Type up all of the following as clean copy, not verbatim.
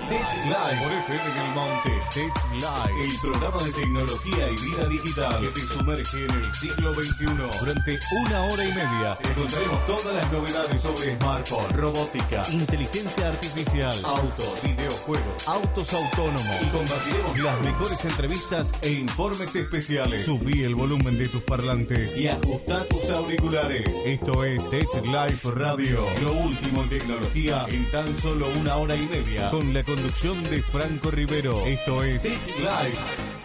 Tech Live por FM Del Monte. Tech Live, el programa de tecnología y vida digital que te sumerge en el siglo XXI. Durante 1 hora y media encontraremos todas las novedades sobre smartphone, robótica, inteligencia artificial, autos, videojuegos, autos autónomos y compartiremos las mejores entrevistas e informes especiales. Subí el volumen de tus parlantes y ajusta tus auriculares. Esto es Tech Live Radio, lo último en tecnología en tan solo 1 hora y media, con la conducción de Franco Rivero. Esto es Tech Live.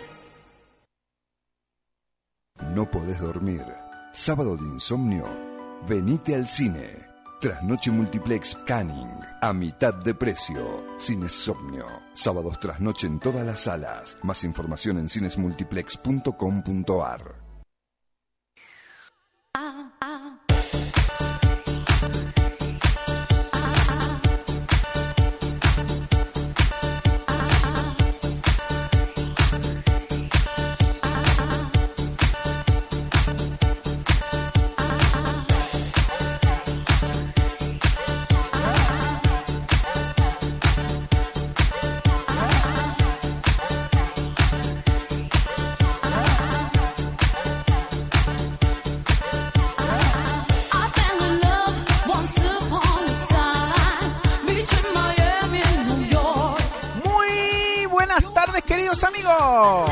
¿No podés dormir? ¿Sábado de insomnio? Venite al cine. Trasnoche Multiplex Canning, a mitad de precio. Cinesomnio. Sábados trasnoche en todas las salas. Más información en cinesmultiplex.com.ar. Amigos,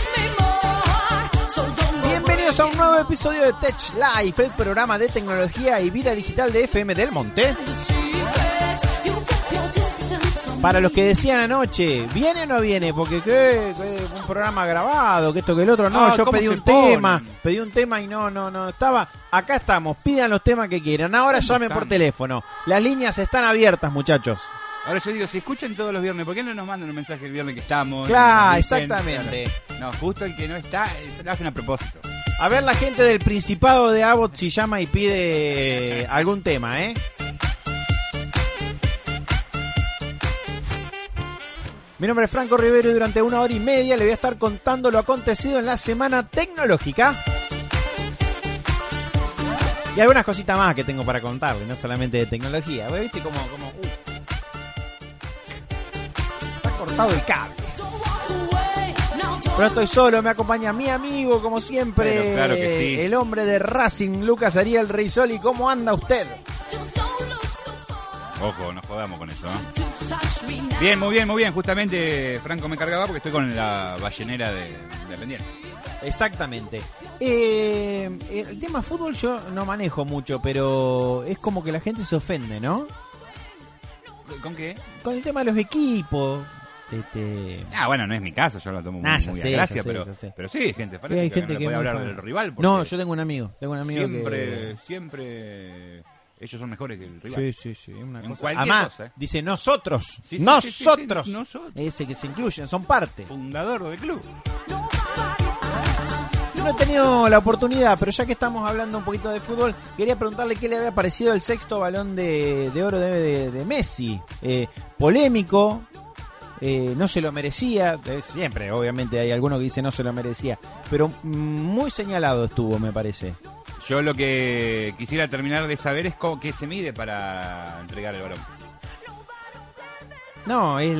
bienvenidos a un nuevo episodio de Tech Live, el programa de tecnología y vida digital de FM Del Monte. Para los que decían anoche, ¿viene o no viene? Porque que un programa grabado, que esto que el otro, no, yo pedí un tema y no estaba. Acá estamos, pidan los temas que quieran. Ahora llamen por teléfono. Las líneas están abiertas, muchachos. Ahora yo digo, si escuchan todos los viernes, ¿por qué no nos mandan un mensaje el viernes que estamos? Claro, exactamente. No, justo el que no está, lo hacen a propósito. A ver la gente del Principado de Abbott si llama y pide algún tema, ¿eh? Mi nombre es Franco Rivero y durante 1 hora y media le voy a estar contando lo acontecido en la semana tecnológica. Y algunas cositas más que tengo para contarle, no solamente de tecnología. ¿Viste cómo cortado el cable? Pero estoy solo, me acompaña mi amigo, como siempre. Pero claro que sí. El hombre de Racing, Lucas Ariel Reisoli. ¿Cómo anda usted? Ojo, nos jodamos con eso, ¿no? Bien, muy bien. Justamente Franco me cargaba porque estoy con la ballenera de Independiente. Exactamente. El tema fútbol yo no manejo mucho, pero es como que la gente se ofende, ¿no? ¿Con qué? Con el tema de los equipos. Bueno, no es mi caso, yo lo tomo muy a gracia, pero sí, gente, parece hay que gente no que puede hablar del rival. No, yo tengo un amigo siempre ellos son mejores que el rival. Sí, una en cosa. Cualquier Además, cosa, dice nosotros. Sí, nosotros. Nosotros. Ese que se incluyen, son parte. Fundador del club. No he tenido la oportunidad, pero ya que estamos hablando un poquito de fútbol, quería preguntarle qué le había parecido el 6º Balón de Oro de Messi. Polémico. No se lo merecía, siempre obviamente hay alguno que dice no se lo merecía, pero muy señalado estuvo, me parece. Yo lo que quisiera terminar de saber es qué se mide para entregar el balón. No, es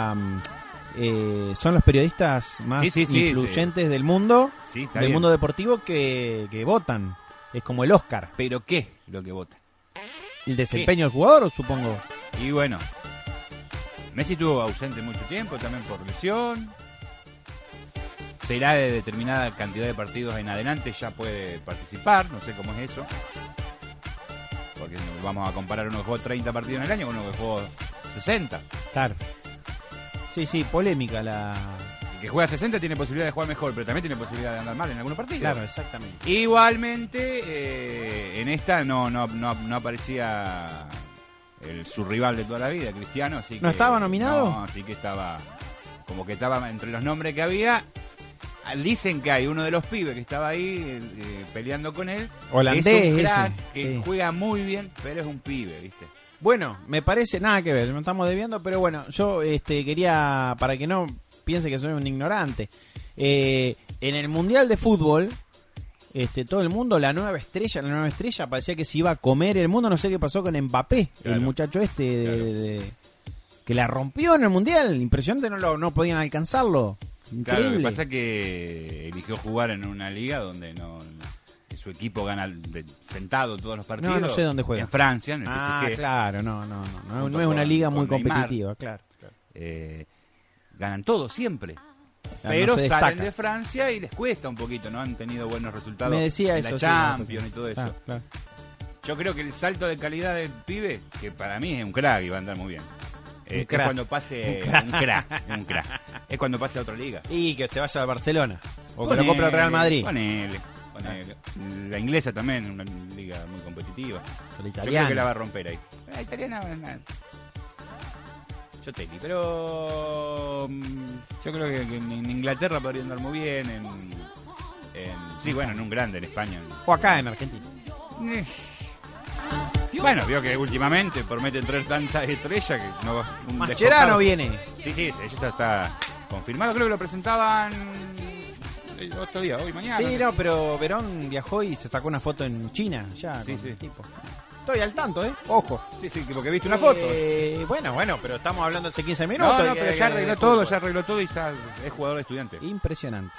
son los periodistas más influyentes del mundo, del mundo deportivo que votan, es como el Oscar. ¿Pero qué lo que votan? El desempeño del jugador, supongo. Y bueno, Messi estuvo ausente mucho tiempo, también por lesión. Será de determinada cantidad de partidos en adelante, ya puede participar, no sé cómo es eso. Porque vamos a comparar uno que jugó 30 partidos en el año con uno que jugó 60. Claro. Sí, polémica la... El que juega 60 tiene posibilidad de jugar mejor, pero también tiene posibilidad de andar mal en algunos partidos. Claro, exactamente. Igualmente, en esta no aparecía... su rival de toda la vida, Cristiano, así que... ¿No estaba nominado? No, así que estaba entre los nombres que había. Dicen que hay uno de los pibes que estaba ahí peleando con él. Holandés, es un crack, ese, que sí. juega muy bien, pero es un pibe, ¿viste? Bueno, me parece, nada que ver, nos estamos desviando, pero bueno, yo quería, para que no piense que soy un ignorante, en el Mundial de Fútbol, todo el mundo, la nueva estrella parecía que se iba a comer el mundo. No sé qué pasó con Mbappé, claro, el muchacho claro. que la rompió en el Mundial. Impresionante, no podían alcanzarlo. Claro, Increíble. lo que pasa es que eligió jugar en una liga donde su equipo gana sentado todos los partidos. No sé dónde juega. En Francia, en el PSG. Claro, no es una liga muy con Neymar. competitiva, claro. Ganan todo siempre. Claro, Pero no se destaca. salen de Francia y les cuesta un poquito, ¿no? Han tenido buenos resultados Me decía en eso, la sí, Champions y todo eso. Claro. Yo creo que el salto de calidad del pibe, que para mí es un crack y va a andar muy bien. Es crack. cuando pase un crack. Es cuando pase a otra liga. Y que se vaya al Barcelona. O que lo compre el Real Madrid. Ponele. La inglesa también, una liga muy competitiva. La Yo italiana. creo que la va a romper ahí. La italiana, nada. Yo te di, pero yo creo que en Inglaterra podría andar muy bien. Sí, bueno, en un grande, en España. O acá en Argentina. Bueno, veo que últimamente prometen traer tantas estrellas que no va un Mascherano desfocado. viene. Sí, eso ya está confirmado. Creo que lo presentaban otro día, hoy, mañana. Sí, no, pero Verón viajó y se sacó una foto en China. Ya, Sí, con sí. el tipo. Estoy al tanto, Ojo. Sí, porque viste una foto. Bueno, pero estamos hablando hace 15 minutos. No, pero ya arregló todo y ya es jugador de Estudiantes. Impresionante.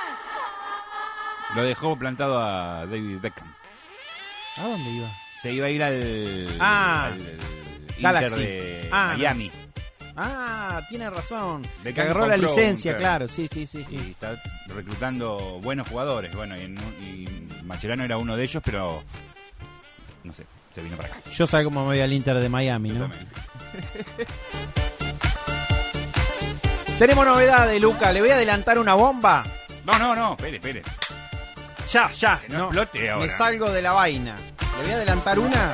Lo dejó plantado a David Beckham. ¿A dónde iba? Se iba a ir al Galaxy. Inter de Ah, Miami. Tiene razón. De Que agarró la compró licencia, un- claro. Sí. Y está reclutando buenos jugadores. Bueno, y Mascherano era uno de ellos, pero no sé, se vino para acá. Yo sé cómo me voy al Inter de Miami, Yo ¿no? también. Tenemos novedades, Luca. Le voy a adelantar una bomba. No, espere. Ya. Que no explote ahora. Me salgo de la vaina. Le voy a adelantar una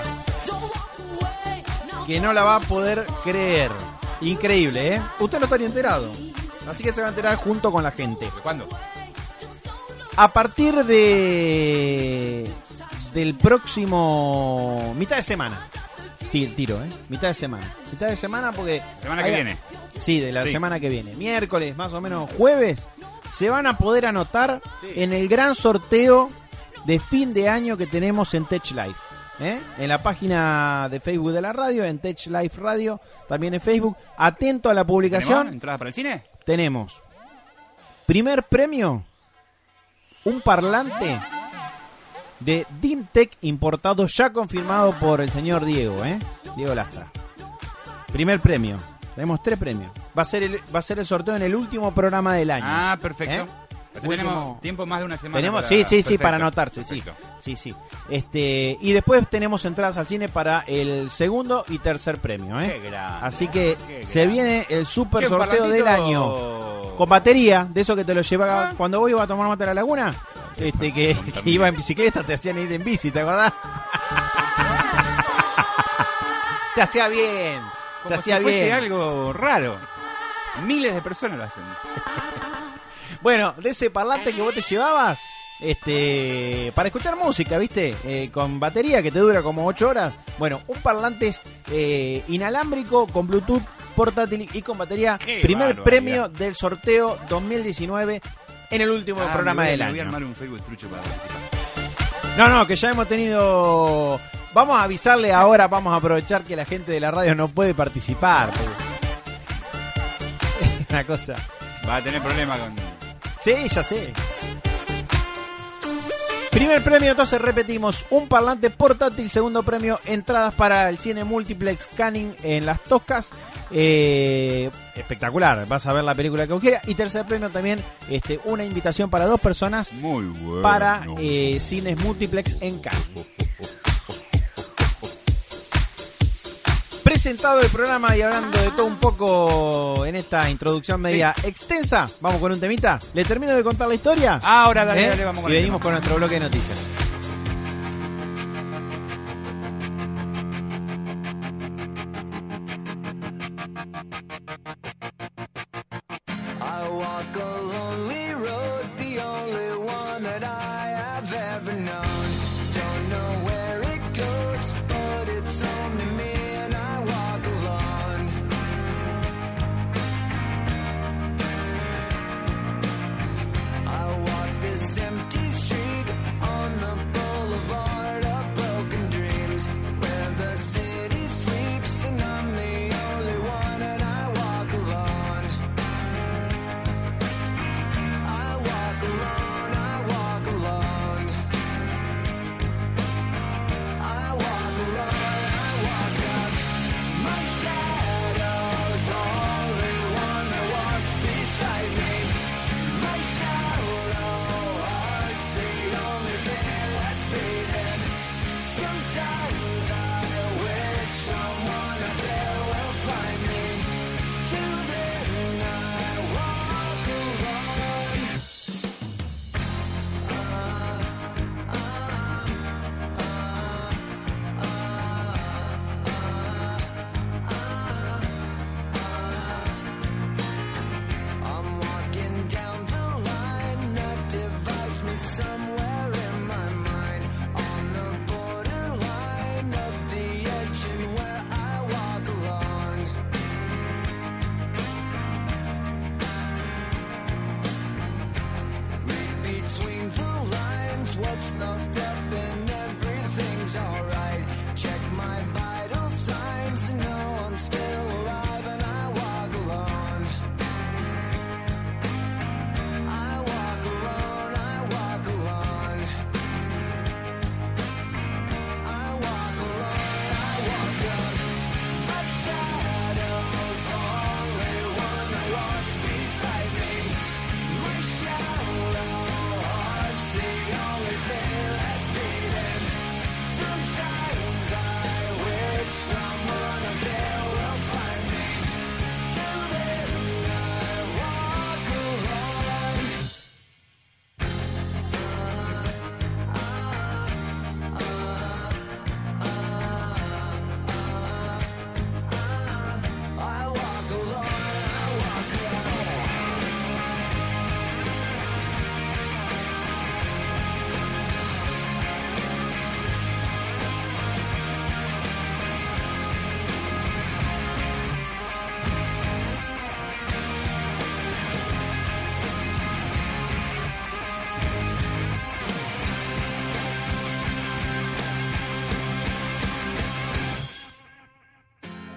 que no la va a poder creer. Increíble, ¿eh? Usted no está ni enterado. Así que se va a enterar junto con la gente. ¿Cuándo? A partir del próximo mitad de semana. Tiro, mitad de semana porque Semana que viene. Sí, de la Sí. semana que viene. Miércoles, más o menos jueves, se van a poder anotar en el gran sorteo de fin de año que tenemos en Tech Life. En la página de Facebook de la radio, en Tech Life Radio, también en Facebook. Atento a la publicación. ¿Tenemos entradas para el cine? Tenemos primer premio, un parlante de Dimtech importado, ya confirmado por el señor Diego Lastra. Primer premio. Tenemos 3 premios. Va a ser el sorteo en el último programa del año. Ah, perfecto. Así Último- tenemos tiempo más de una semana. Tenemos, para... sí, Perfecto, para anotarse, perfecto. sí. Y después tenemos entradas al cine para el segundo y tercer premio, Qué grande, Así que qué se grande. viene el super Che, un sorteo del parlantito- año. Con batería, de eso que te lo llevaba cuando vos ibas a tomar mate a la laguna, que iba en bicicleta, te hacían ir en bici, ¿te acordás? Te hacía bien, Como te hacía si fuese bien. algo raro. Miles de personas lo hacen. Bueno, de ese parlante que vos te llevabas, para escuchar música, ¿viste? Con batería que te dura como 8 horas. Bueno, un parlante inalámbrico con Bluetooth portátil y con batería. Qué Primer barbaridad. premio del sorteo 2019 en el último programa del Me voy a año. armar un Facebook trucho para participar. No, que ya hemos tenido... Vamos a avisarle ahora, vamos a aprovechar que la gente de la radio no puede participar. Es una cosa... Va a tener problemas con... Sí, ya sé. Primer premio, entonces repetimos, un parlante portátil. Segundo premio, entradas para el cine multiplex Canning en Las Toscas. Espectacular, vas a ver la película que quieras. Y tercer premio también, una invitación para 2 personas Muy bueno. para cines multiplex en Canning. Presentado el programa y hablando de todo un poco en esta introducción media extensa, vamos con un temita. ¿Le termino de contar la historia? Ahora, dale, vamos con Y el venimos tema. con nuestro bloque de noticias. I walk a lonely road, the only one that I have ever known. Don't know where it goes, but it's only me and I walk alone. I walk this empty street on the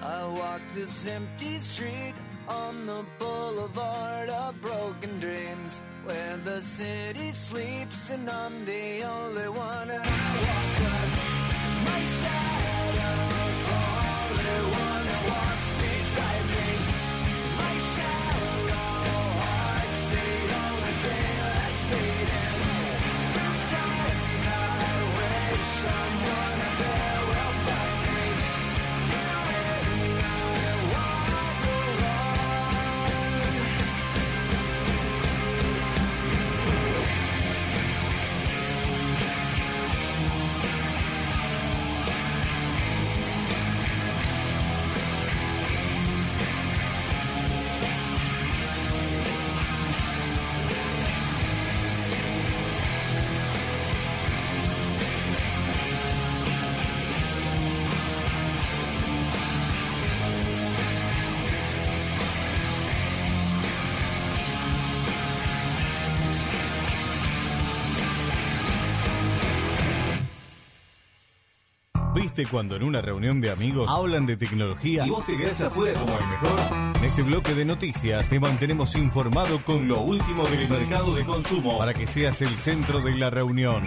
I walk this empty street on the boulevard of broken dreams, where the city sleeps and I'm the only one, and I walk up my shadow's only one that walks beside me. My shallow heart's the only thing that's beating. Sometimes I wish someone out there will find me. Till then I walk alone. ¿Viste cuando en una reunión de amigos hablan de tecnología y vos te quedás afuera como el mejor? En este bloque de noticias te mantenemos informado con lo último del mercado de consumo para que seas el centro de la reunión.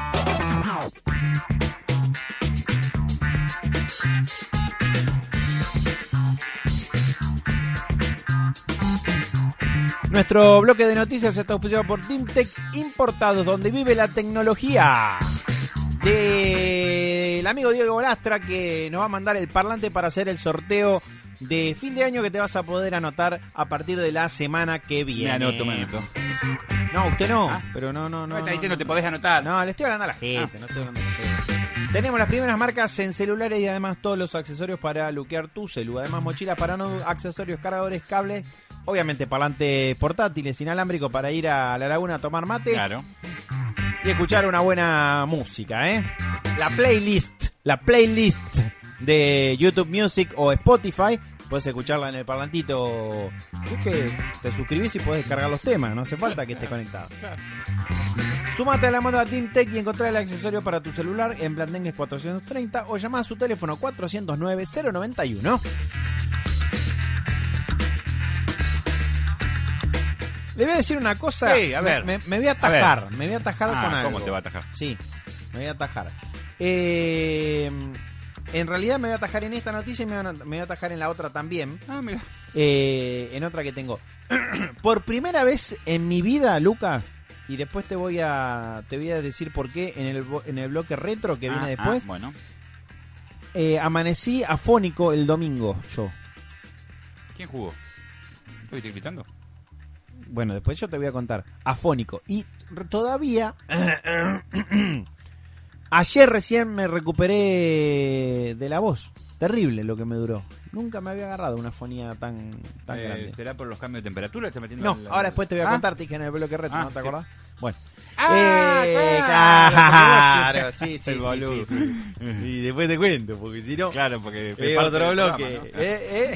Nuestro bloque de noticias está auspiciado por Dimtech Importados, donde vive la tecnología. Del amigo Diego Lastra, que nos va a mandar el parlante para hacer el sorteo de fin de año que te vas a poder anotar a partir de la semana que viene. Me anoto. No, usted no, pero no. No, está diciendo te podés anotar. No, le estoy hablando a la gente, no estoy hablando a usted. Tenemos las primeras marcas en celulares y además todos los accesorios para luquear tu celu. Además mochilas para no accesorios, cargadores, cables, obviamente parlantes portátiles, inalámbricos para ir a la laguna a tomar mate. Claro. Y escuchar una buena música, ¿eh? La playlist de YouTube Music o Spotify, puedes escucharla en el parlantito. Es que te suscribís y puedes descargar los temas, no hace falta que estés conectado. Súmate a la moda Team Tech y encontrá el accesorio para tu celular en Blandengues 430 o llama a su teléfono 409-091. Le voy a decir una cosa. Sí, a ver. Me voy a atajar. Me voy a atajar con algo. ¿Cómo te va a atajar? Sí, me voy a atajar. En realidad me voy a atajar en esta noticia y me voy a atajar en la otra también. Ah, mira. En otra que tengo. Por primera vez en mi vida, Lucas, y después te voy a decir por qué en el bloque retro que viene después. Bueno. Amanecí afónico el domingo, yo. ¿Quién jugó? ¿Estuviste gritando? Bueno, después yo te voy a contar. Afónico. Y todavía... Ayer recién me recuperé de la voz. Terrible lo que me duró. Nunca me había agarrado una afonía tan grande. ¿Será por los cambios de temperatura? ¿Estás metiendo No, ahora después te voy a contar, te dije en el bloque retro, ¿no te sí. acordás? Bueno. Claro, sí. El boludo. Y después te cuento, porque si no... Claro, porque otro bloque.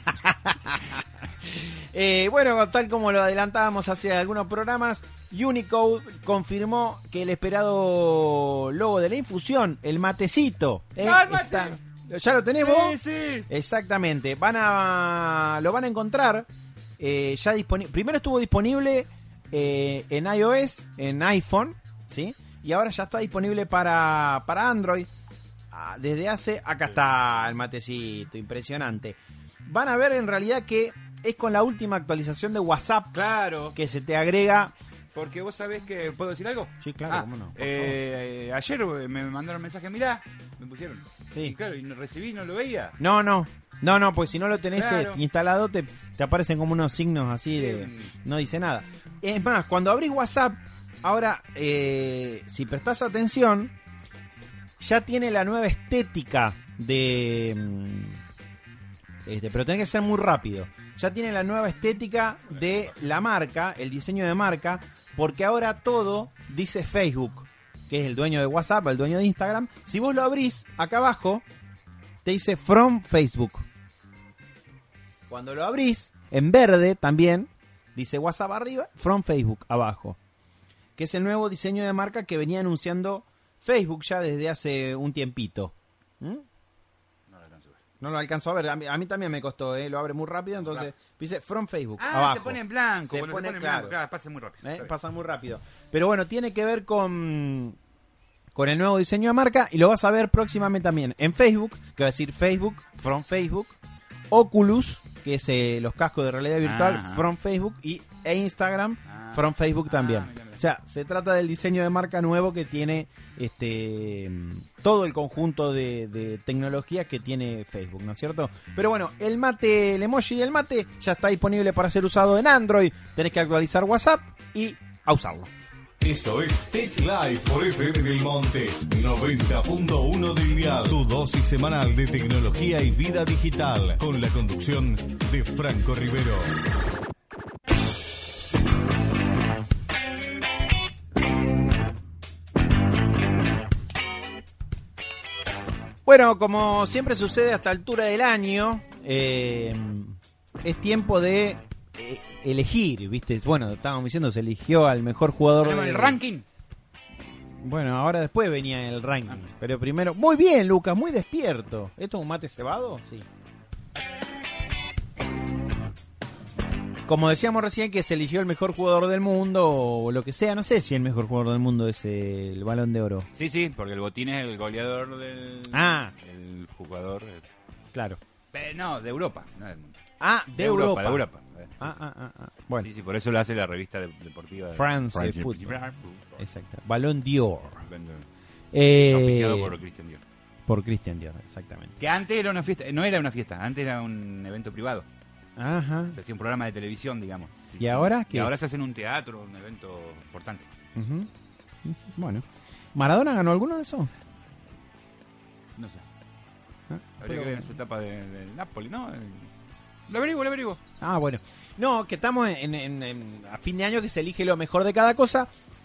Bueno, tal como lo adelantábamos hace algunos programas, Unicode confirmó que el esperado logo de la infusión, el matecito, está, ¿ya lo tenés vos? Sí. Exactamente, lo van a encontrar ya disponible. Primero estuvo disponible en iOS, en iPhone, ¿sí? Y ahora ya está disponible para Android. Desde acá está el matecito, impresionante. Van a ver en realidad que es con la última actualización de WhatsApp. Claro. Que se te agrega. Porque vos sabés que... ¿Puedo decir algo? Sí, claro, cómo no. Ayer me mandaron mensaje, mirá, me pusieron. Sí. Y claro, y no recibí, no lo veía. No, pues si no lo tenés Claro. instalado te aparecen como unos signos así de... No dice nada. Es más, cuando abrís WhatsApp, ahora, si prestás atención, ya tiene la nueva estética de... pero tenés que ser muy rápido. Ya tiene la nueva estética de la marca, el diseño de marca, porque ahora todo dice Facebook, que es el dueño de WhatsApp, el dueño de Instagram. Si vos lo abrís, acá abajo, te dice From Facebook. Cuando lo abrís, en verde también, dice WhatsApp arriba, From Facebook abajo. Que es el nuevo diseño de marca que venía anunciando Facebook ya desde hace un tiempito. ¿Mm? No lo alcanzo a ver. No lo alcanzo a ver. A mí también me costó, lo abre muy rápido. Entonces dice From Facebook. Ah, abajo. se pone en blanco. Se Cuando pone, se pone en claro. blanco, claro, pasa muy rápido. Está bien. Pasa muy rápido. Pero bueno, tiene que ver con el nuevo diseño de marca y lo vas a ver próximamente también en Facebook, que va a decir Facebook, From Facebook, Oculus, que es los cascos de realidad virtual, Ajá. From Facebook, e Instagram, From Facebook también. Mira. O sea, se trata del diseño de marca nuevo que tiene todo el conjunto de tecnologías que tiene Facebook, ¿no es cierto? Pero bueno, el mate, el emoji del mate ya está disponible para ser usado en Android. Tenés que actualizar WhatsApp y a usarlo. Esto es Tech Live por FM del Monte 90.1 del dial. Tu dosis semanal de tecnología y vida digital con la conducción de Franco Rivero. Bueno, como siempre sucede a esta altura del año, es tiempo de elegir, ¿viste? Bueno, estábamos diciendo, se eligió al mejor jugador ¿Tenemos del el ranking? Bueno, ahora después venía el ranking. Pero primero, muy bien, Lucas, muy despierto. ¿Esto es un mate cebado? Sí. Como decíamos recién que se eligió el mejor jugador del mundo o lo que sea, no sé si el mejor jugador del mundo es el Balón de Oro. Sí, porque el Botín es el goleador del... Ah. El jugador... Claro. No, de Europa, no del mundo. Ah, de Europa. De Europa. Bueno, Sí, por eso lo hace la revista deportiva de France Football. Exacto. Balón d'Or. Oficiado por Christian Dior. Por Christian Dior, exactamente. Que antes era una fiesta, no era una fiesta, antes era un evento privado. Ajá. Se hacía un programa de televisión, digamos. ¿Y ahora qué Y ahora es? se hace en un teatro, un evento importante. Ujú. Bueno. ¿Maradona ganó alguno de esos? No sé. Ah, Habría pero- que ver en su etapa del Napoli, ¿no? Lo averiguo. Ah, bueno. No, que estamos a fin de año que se elige lo mejor de cada cosa.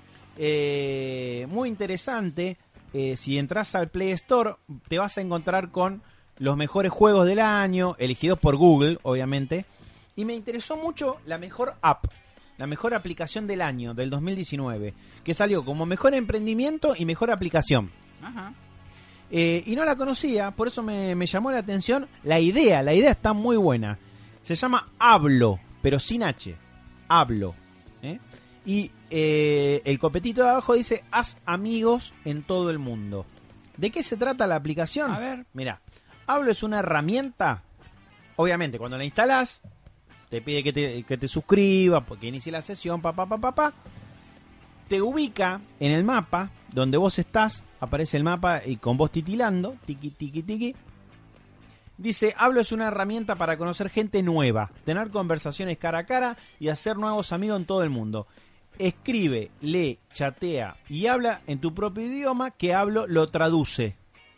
Muy interesante. Si entras al Play Store, te vas a encontrar con los mejores juegos del año, elegidos por Google, obviamente. Y me interesó mucho la mejor app, la mejor aplicación del año, del 2019, que salió como mejor emprendimiento y mejor aplicación. Ajá. Y no la conocía, por eso me llamó la atención la idea está muy buena. Se llama Hablo, pero sin H. Hablo. Y el copetito de abajo dice, haz amigos en todo el mundo. ¿De qué se trata la aplicación? A ver. Mira, Hablo es una herramienta, obviamente cuando la instalás, te pide que te suscribas, que inicie la sesión, te ubica en el mapa donde vos estás, aparece el mapa y con vos titilando, tiqui, tiqui, tiqui. Dice, Hablo es una herramienta para conocer gente nueva, tener conversaciones cara a cara y hacer nuevos amigos en todo el mundo. Escribe, lee, chatea y habla en tu propio idioma que Hablo lo traduce.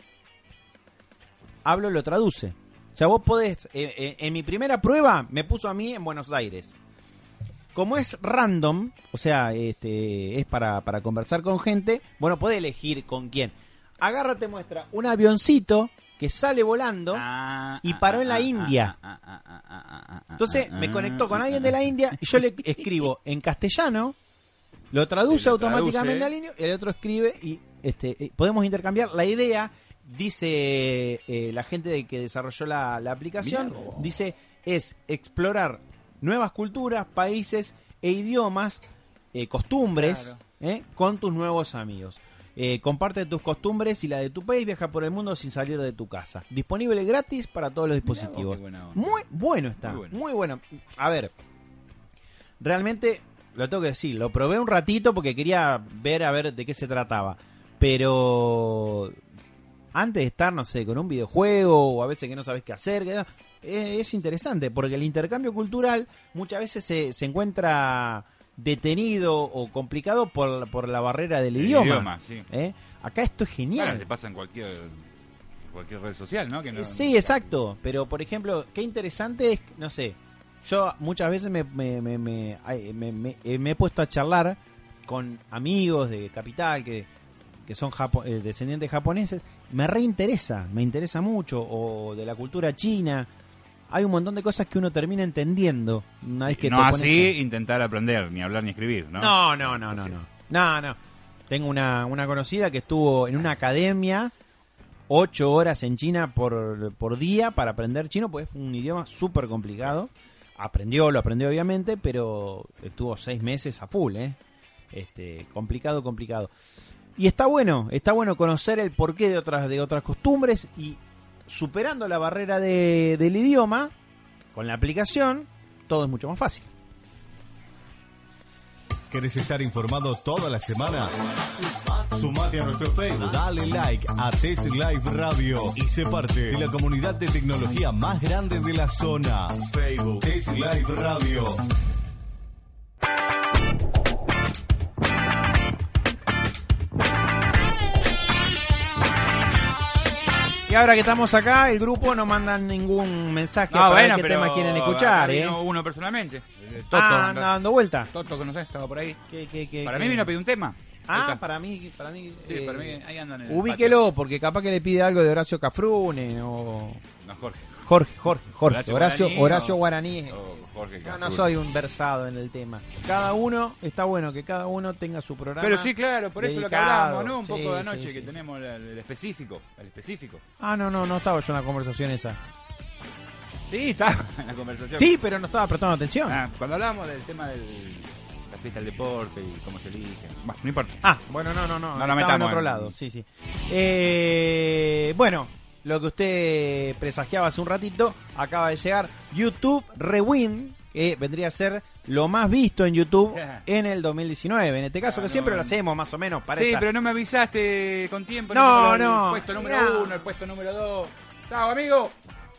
Hablo lo traduce. O sea, vos podés, en mi primera prueba me puso a mí en Buenos Aires. Como es random, o sea, es para conversar con gente, bueno, podés elegir con quién. Agárrate, muestra un avioncito que sale volando y paró en la India. Entonces me conectó con alguien de la India y yo le escribo en castellano, lo traduce automáticamente al indio y el otro escribe y podemos intercambiar. La idea, dice la gente que desarrolló la aplicación, dice, es explorar nuevas culturas, países e idiomas, costumbres, con tus nuevos amigos. Comparte tus costumbres y la de tu país, viaja por el mundo sin salir de tu casa. Disponible gratis para todos los dispositivos. Muy bueno está, muy bueno. A ver, realmente lo tengo que decir, lo probé un ratito porque quería ver a ver de qué se trataba. Pero antes de estar, no sé, con un videojuego o a veces que no sabes qué hacer, es interesante porque el intercambio cultural muchas veces se encuentra detenido o complicado por la barrera del idioma. Sí. Acá esto es genial. Claro, te pasa en cualquier red social, ¿no? Que no... Sí, exacto. Pero, por ejemplo, qué interesante es, no sé, yo muchas veces me he puesto a charlar con amigos de Capital que son descendientes japoneses. Me interesa mucho, o de la cultura china. Hay un montón de cosas que uno termina entendiendo una vez que no te pones así intentar aprender, ni hablar ni escribir, ¿no? No. Tengo una conocida que estuvo en una academia 8 horas en China por día para aprender chino, pues es un idioma súper complicado. Lo aprendió obviamente, pero estuvo 6 meses a full, complicado. Y está bueno conocer el porqué de otras costumbres y superando la barrera del idioma, con la aplicación, todo es mucho más fácil. ¿Querés estar informado toda la semana? Sumate a nuestro Facebook, dale like a Tech Live Radio y sé parte de la comunidad de tecnología más grande de la zona. Facebook, Tech Live Radio. Y ahora que estamos acá, el grupo no mandan ningún mensaje para ver qué tema quieren escuchar. Vino uno personalmente. Toto, anda dando vuelta. Toto, que no sé, estaba por ahí. Para ¿Qué? mí vino a pedir un tema. Para mí. Sí, para mí, ahí andan en el Ubíquelo, patio. porque capaz que le pide algo de Horacio Cafrune o... No, Jorge. Horacio Guaraní. O Jorge No Cafrune. soy un versado en el tema. Cada uno, está bueno que cada uno tenga su programa. Pero sí, claro, por eso lo que dedicado. hablamos, ¿no? Un Sí, poco de anoche sí, que sí. tenemos el específico. El específico. No estaba yo en la conversación esa. Sí, está en la conversación. Sí, pero no estaba prestando atención. Cuando hablamos del tema de la fiesta del deporte y cómo se elige. Bueno, no importa. Bueno, no. No lo estaba metamos en otro en- lado. Sí. Bueno, lo que usted presagiaba hace un ratito, acaba de llegar YouTube Rewind, que vendría a ser lo más visto en YouTube en el 2019. En este caso, que siempre lo hacemos más o menos para Sí, esta- pero no me avisaste con tiempo. No, tengo no. El puesto número No. 1, el puesto número 2. Chao, amigo.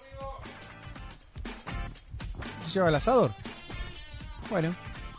¿Lleva el asador? Bueno.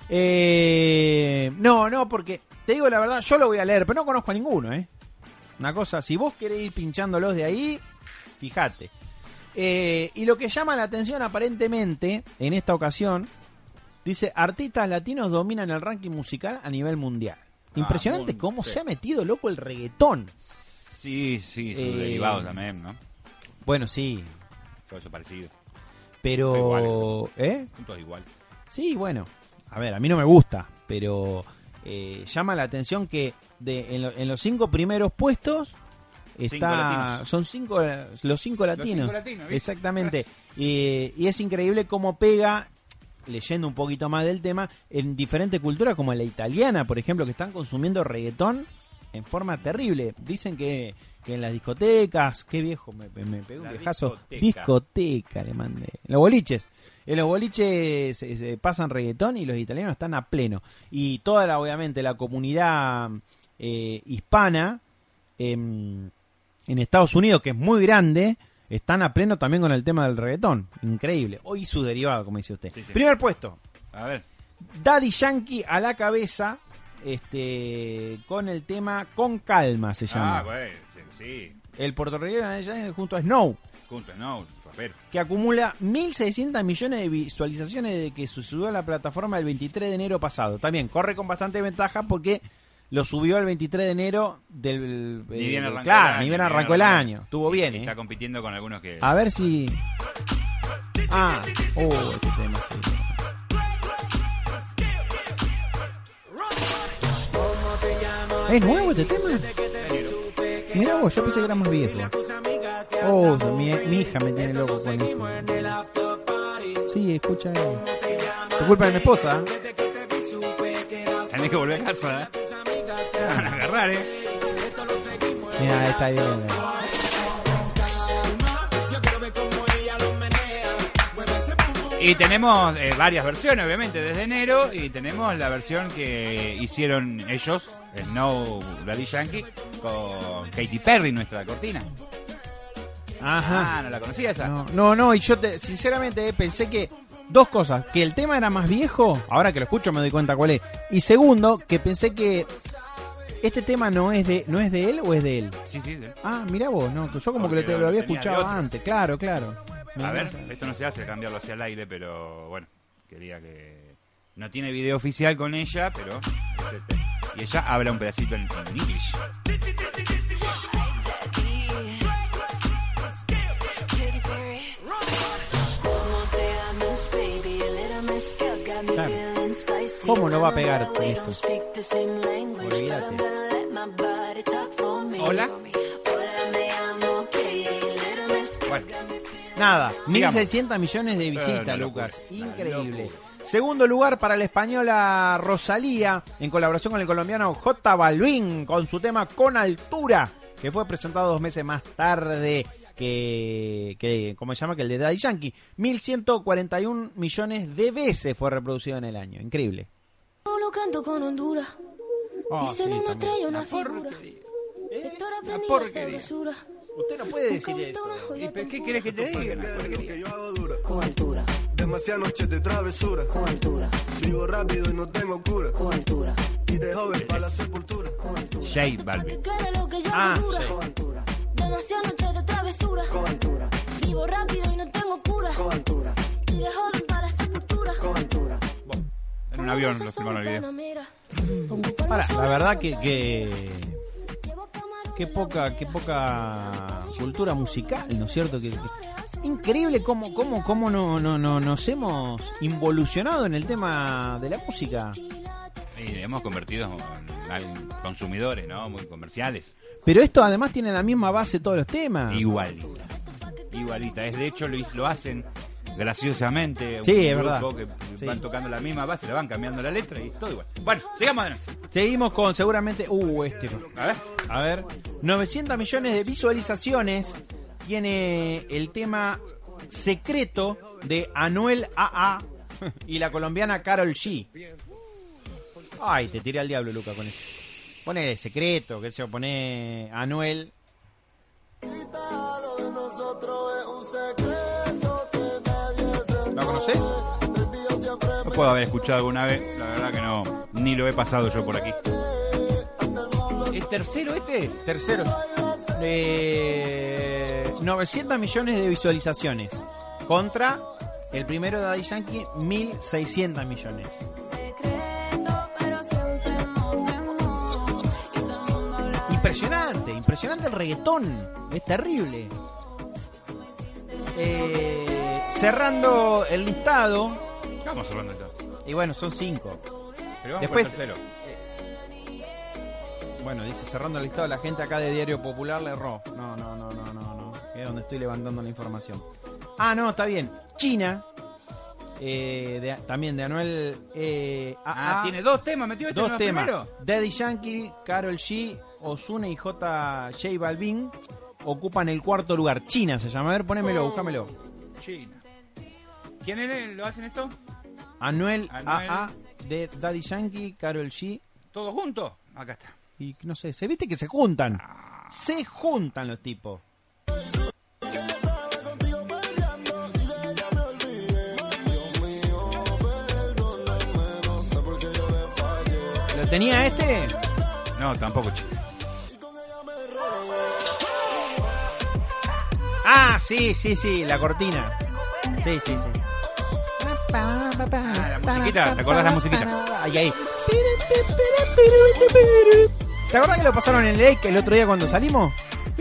No, porque te digo la verdad, yo lo voy a leer, pero no conozco a ninguno, Una cosa, si vos querés ir pinchándolos de ahí, fíjate. Y lo que llama la atención aparentemente, en esta ocasión, dice, artistas latinos dominan el ranking musical a nivel mundial. Impresionante cómo se ha metido loco el reggaetón. Sí, sus derivados también, ¿no? Bueno, sí, Todo eso parecido. pero... Iguales. Son todos iguales. Sí, bueno, a ver, a mí no me gusta, pero llama la atención que en los 5 primeros puestos latinos. son los 5 latinos. 5 latinos, ¿viste? Exactamente. Y es increíble cómo pega, leyendo un poquito más del tema, en diferentes culturas como la italiana, por ejemplo, que están consumiendo reggaetón en forma terrible. Dicen que en las discotecas, qué viejo, me pegó un La viejazo. discoteca. Discoteca le mandé. En los boliches se pasan reggaetón y los italianos están a pleno. Y toda obviamente la comunidad hispana en Estados Unidos, que es muy grande, están a pleno también con el tema del reggaetón. Increíble. Hoy su derivado, como dice usted. Sí. Primer puesto. A ver. Daddy Yankee a la cabeza, con el tema Con Calma se llama. Bueno, sí. El puertorriqueño junto a Snow, Juntos, no, rapero. que acumula 1.600 millones de visualizaciones desde que se subió a la plataforma el 23 de enero pasado. También corre con bastante ventaja porque lo subió el 23 de enero del... Ni bien arrancó claro, el año, ni bien arrancó el año. Estuvo bien, Está compitiendo con algunos que... A ver si... este tema sí. ¿Es nuevo este tema? Mirá vos, yo pensé que era más viejo. Mi hija me tiene loco con esto. Sí, escucha. Por culpa de mi esposa. Tenés que volver a casa, ¿eh? Te van a agarrar, ¿eh? Mira, está bien. Y tenemos varias versiones, obviamente, desde enero. Y tenemos la versión que hicieron ellos, Snow, Daddy Yankee, con Katy Perry, nuestra cortina. Ajá. ¿No la conocías esa? No, y yo sinceramente pensé que dos cosas, que el tema era más viejo, ahora que lo escucho me doy cuenta cuál es, y segundo, que pensé que este tema no es de él o es de él. Sí, de él. Mirá vos, no, yo como Porque que lo había tenía de escuchado otro. antes, claro. A ver, esto no se hace, cambiarlo hacia el aire, pero bueno, quería que... No tiene video oficial con ella, pero... es este. Y ella habla un pedacito en English. Claro. ¿Cómo no va a pegarte esto? Olvídate. Hola. Nada, Sigamos. 1.600 millones de visitas, Una Lucas. locura, Increíble. una locura. Segundo lugar para la española Rosalía, en colaboración con el colombiano J Balvin, con su tema Con Altura, que fue presentado 2 meses más tarde que ¿cómo se llama? Que el de Daddy Yankee. 1.141 millones de veces fue reproducido en el año. Increíble. Lo canto con Honduras. Dicen una estrella, una figura. Héctor aprendí esa sabrosura. Usted no puede decir eso. ¿Pero qué querés que te diga? Que yo hago dura. Con altura, Demasiadas noches de travesura. con altura, Vivo rápido y no tengo cura. con altura, Y de joven para la sepultura. con altura. J Balvin. ¿Qué era lo que yo Ah, dura? sí. Con altura. Demasiadas noches de travesura. Con altura, Vivo rápido y no tengo cura. con altura, Y de joven para la sepultura. con altura. En un avión lo filmaron el video. Ahora, la verdad que qué poca cultura musical, ¿no es cierto? Increíble cómo no nos hemos involucionado en el tema de la música. Y hemos convertido en consumidores, ¿no? Muy comerciales. Pero esto además tiene la misma base todos los temas. Igualita. Es de hecho lo hacen graciosamente. Sí, un es grupo verdad. que Sí. van tocando la misma base, le van cambiando la letra y todo igual. Bueno, sigamos adelante. Seguimos con seguramente... A ver. A ver, 900 millones de visualizaciones tiene el tema Secreto de Anuel AA y la colombiana Karol G. Ay, te tiré al diablo, Luca, con eso. Pone Secreto, que se pone Anuel. ¿Lo conoces? Lo puedo haber escuchado alguna vez, la verdad que no, ni lo he pasado yo por aquí. ¿Es tercero este? Tercero. 900 millones de visualizaciones. Contra el primero de Daddy Yankee, 1.600 millones. Impresionante el reggaetón. Es terrible. Cerrando el listado. Vamos cerrando el listado. Y bueno, son 5. Pero vamos Después- por el tercero. Bueno, dice cerrando el listado, la gente acá de Diario Popular le erró. No. Es donde estoy levantando la información. Ah, no, está bien. China. También de Anuel. Tiene 2 temas, metió este en 2 los temas. primeros. Daddy Yankee, Karol G, Ozuna y J Balvin ocupan el 4º lugar. China se llama. A ver, ponémelo, búscamelo. China. ¿Quién lo hacen esto? Anuel Anuel. AA de Daddy Yankee, Karol G. ¿Todos juntos? Acá está. Y no sé, se viste que se juntan. Se juntan los tipos. ¿Lo tenía este? No, tampoco, chico. Ah, sí, la cortina. Sí. la musiquita, ¿te acordás la musiquita? Ahí. ¿Te acordás que lo pasaron en el Lake el otro día cuando salimos?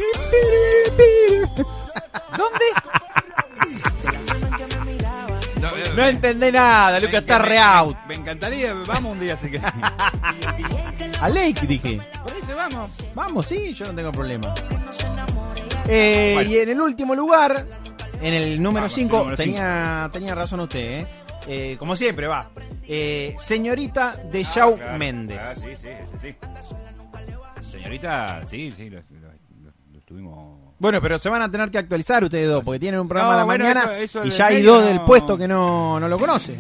¿Dónde? No entendé nada, Lucas, está re out. Me encantaría, vamos un día así que. A Lake, dije. Por eso vamos. Vamos, sí, yo no tengo problema. Bueno. Y en el último lugar, en el número Vamos, 5, el número tenía razón usted, como siempre, va. Señorita de Shawn Mendes. Claro, sí. Señorita, sí, lo estuvimos. Bueno, pero se van a tener que actualizar ustedes dos, porque tienen un programa a la bueno, mañana eso y del ya hay medio 2 no- del puesto que no lo conoce.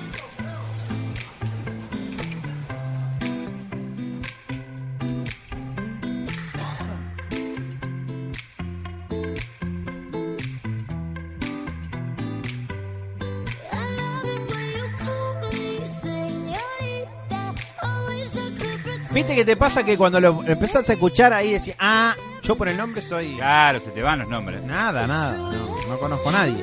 ¿Viste que te pasa que cuando lo empezás a escuchar ahí decís, yo por el nombre soy... Claro, se te van los nombres. Nada, no conozco a nadie.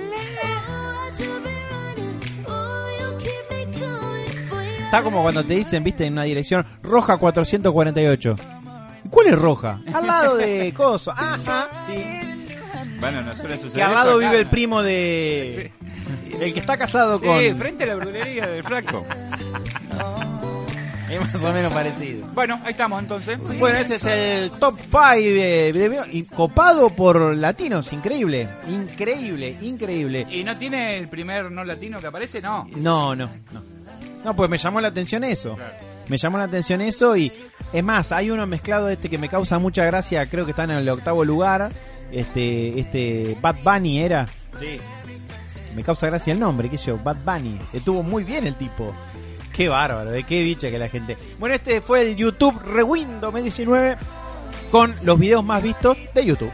Está como cuando te dicen, viste, en una dirección roja 448. ¿Cuál es roja? Al lado de Coso. Sí. Bueno, no suele suceder. Que al eso lado acá, vive el ¿no? primo de... El que está casado Sí, con... frente a la verdulería del flaco. Es más o menos parecido. Bueno, ahí estamos entonces. Bueno, este es el top 5 y copado por latinos, increíble. ¿Y no tiene el primer no latino que aparece? No. No, pues me llamó la atención eso. Claro. Me llamó la atención eso y es más, hay uno mezclado que me causa mucha gracia, creo que está en el 8º lugar. Este Bad Bunny era. Sí. Me causa gracia el nombre, qué sé yo, Bad Bunny. Estuvo muy bien el tipo. Qué bárbaro, de qué bicha que la gente. Bueno, este fue el YouTube Rewind 2019 con los videos más vistos de YouTube.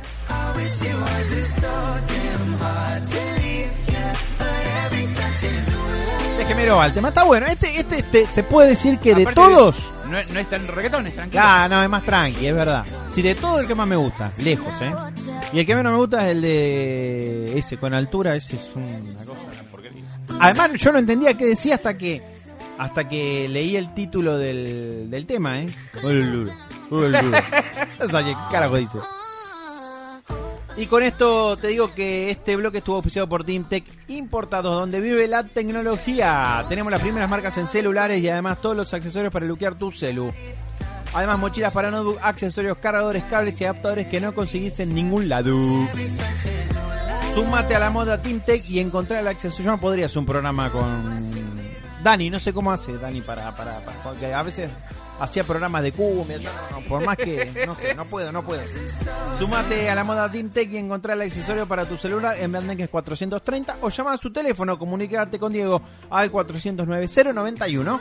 Déjeme ir al tema. Está bueno. Este se puede decir que Aparte de todos. No es tan reggaetón, es tranquilo. Ah, no, es más tranqui, es verdad. Sí, de todo el que más me gusta, lejos, ¿eh? Y el que menos me gusta es el de ese, con altura, ese es una cosa, una porquería. Además, yo no entendía qué decía hasta que leí el título del tema, ¿eh? No sabía qué carajo dice. Y con esto te digo que este bloque estuvo auspiciado por Team Tech Importados, donde vive la tecnología. Tenemos las primeras marcas en celulares y además todos los accesorios para luquear tu celu. Además mochilas para notebook, accesorios, cargadores, cables y adaptadores que no conseguís en ningún lado. Súmate a la moda Team Tech y encontrar el accesorio. Yo no podría hacer un programa con Dani, no sé cómo hace Dani para porque a veces hacía programas de cumbia, no, por más que, no sé, no puedo. Súmate a la moda Team Tech y encontrar el accesorio para tu celular en Blandengues 430 o llama a su teléfono, comunícate con Diego al 409-091.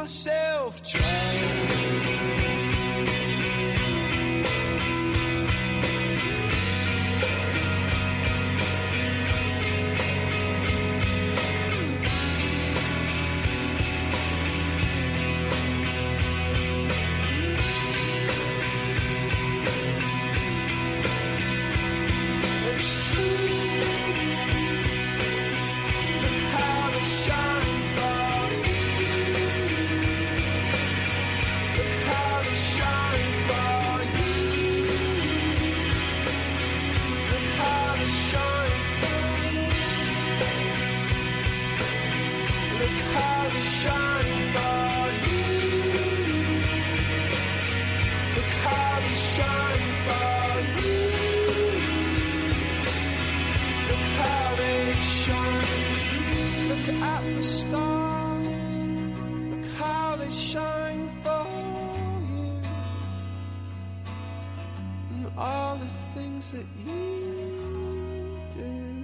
yourself drained. All the things that you do.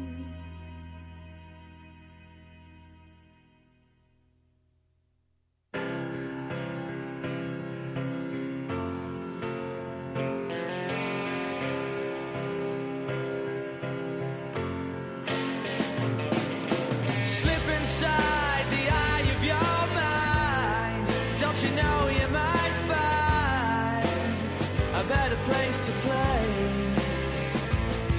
Slip inside the eye of your mind. Don't you know you might find a better place to play?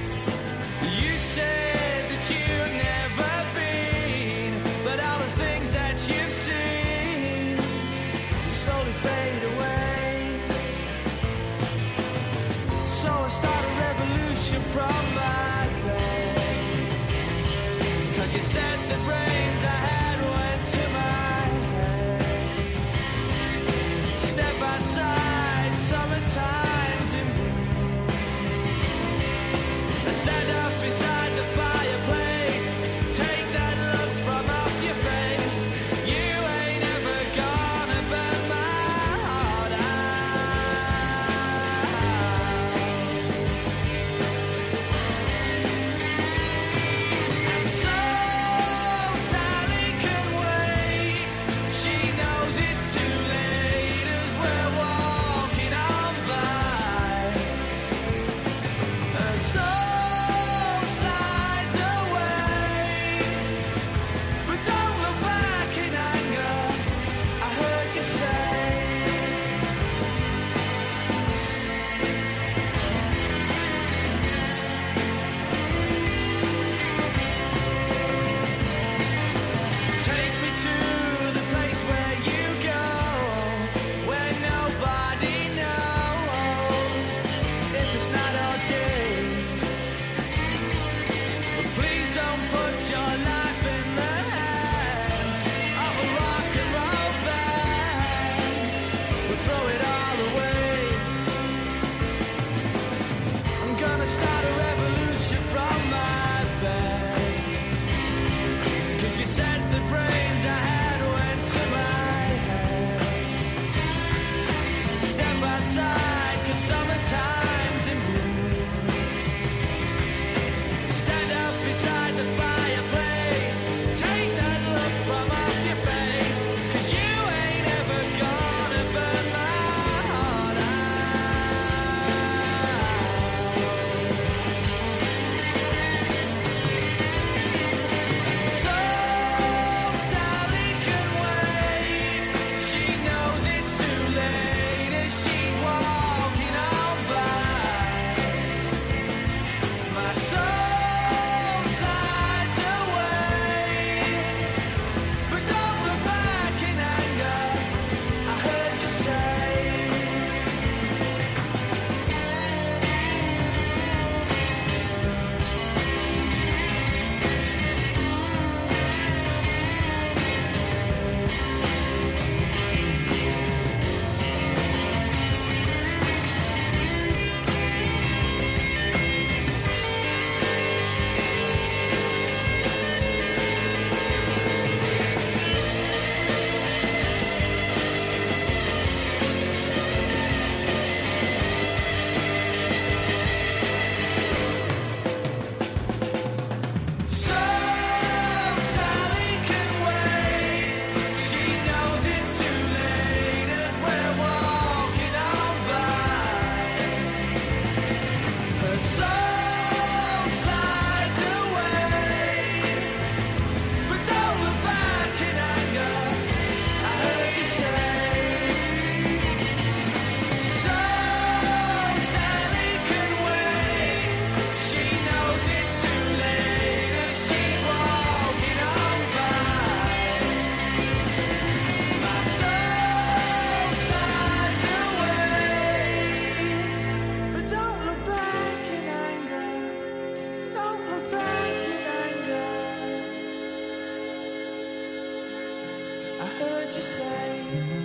what you say.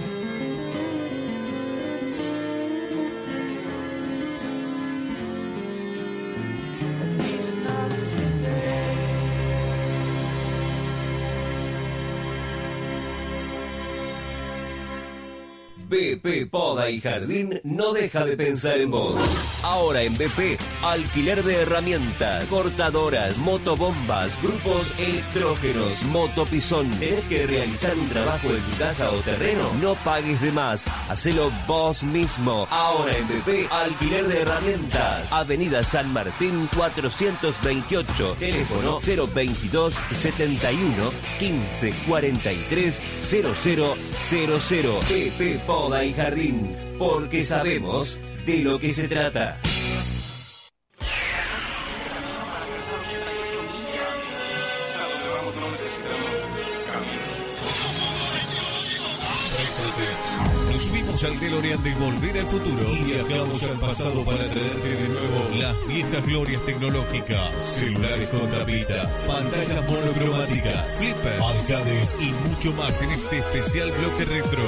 At least not today. BP Poda y Jardín no deja de pensar en vos. Ahora en BP, alquiler de herramientas, cortadoras, motobombas, grupos electrógenos, motopisón. ¿Tenés que realizar un trabajo en tu casa o terreno? No pagues de más, hacelo vos mismo. Ahora en BP, alquiler de herramientas. Avenida San Martín 428, teléfono 022 71 15 43 0000. BP Poda y Jardín, porque sabemos de lo que se trata. Nos subimos al DeLorean de Volver al Futuro y viajamos al pasado para traerte de nuevo las viejas glorias tecnológicas, celulares con tapitas, pantallas monocromáticas, flippers, arcades y mucho más en este especial bloque retro.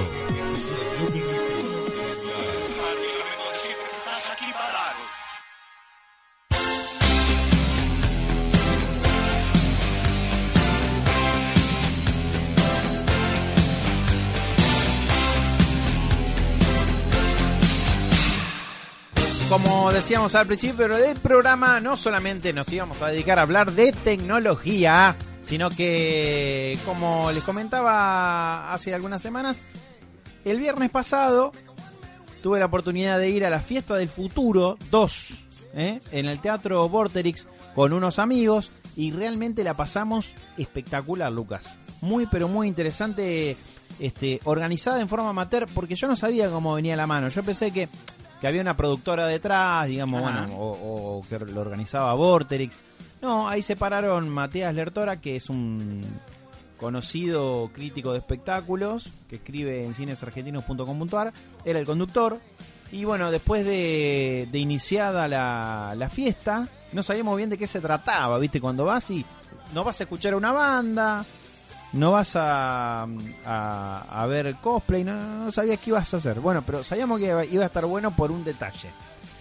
Como decíamos al principio del programa, no solamente nos íbamos a dedicar a hablar de tecnología, sino que, como les comentaba hace algunas semanas, el viernes pasado tuve la oportunidad de ir a la Fiesta del Futuro 2, en el Teatro Vorterix con unos amigos, y realmente la pasamos espectacular, Lucas. Muy, pero muy interesante, organizada en forma amateur, porque yo no sabía cómo venía la mano. Yo pensé que había una productora detrás, digamos, Ajá. bueno, o que lo organizaba Vorterix. No, ahí se pararon Matías Lertora, que es un conocido crítico de espectáculos, que escribe en cinesargentinos.com.ar, era el conductor. Y bueno, después de iniciada la fiesta, no sabíamos bien de qué se trataba, ¿viste? Cuando vas y no vas a escuchar a una banda, no vas a ver cosplay, no sabías qué ibas a hacer. Bueno, pero sabíamos que iba a estar bueno por un detalle.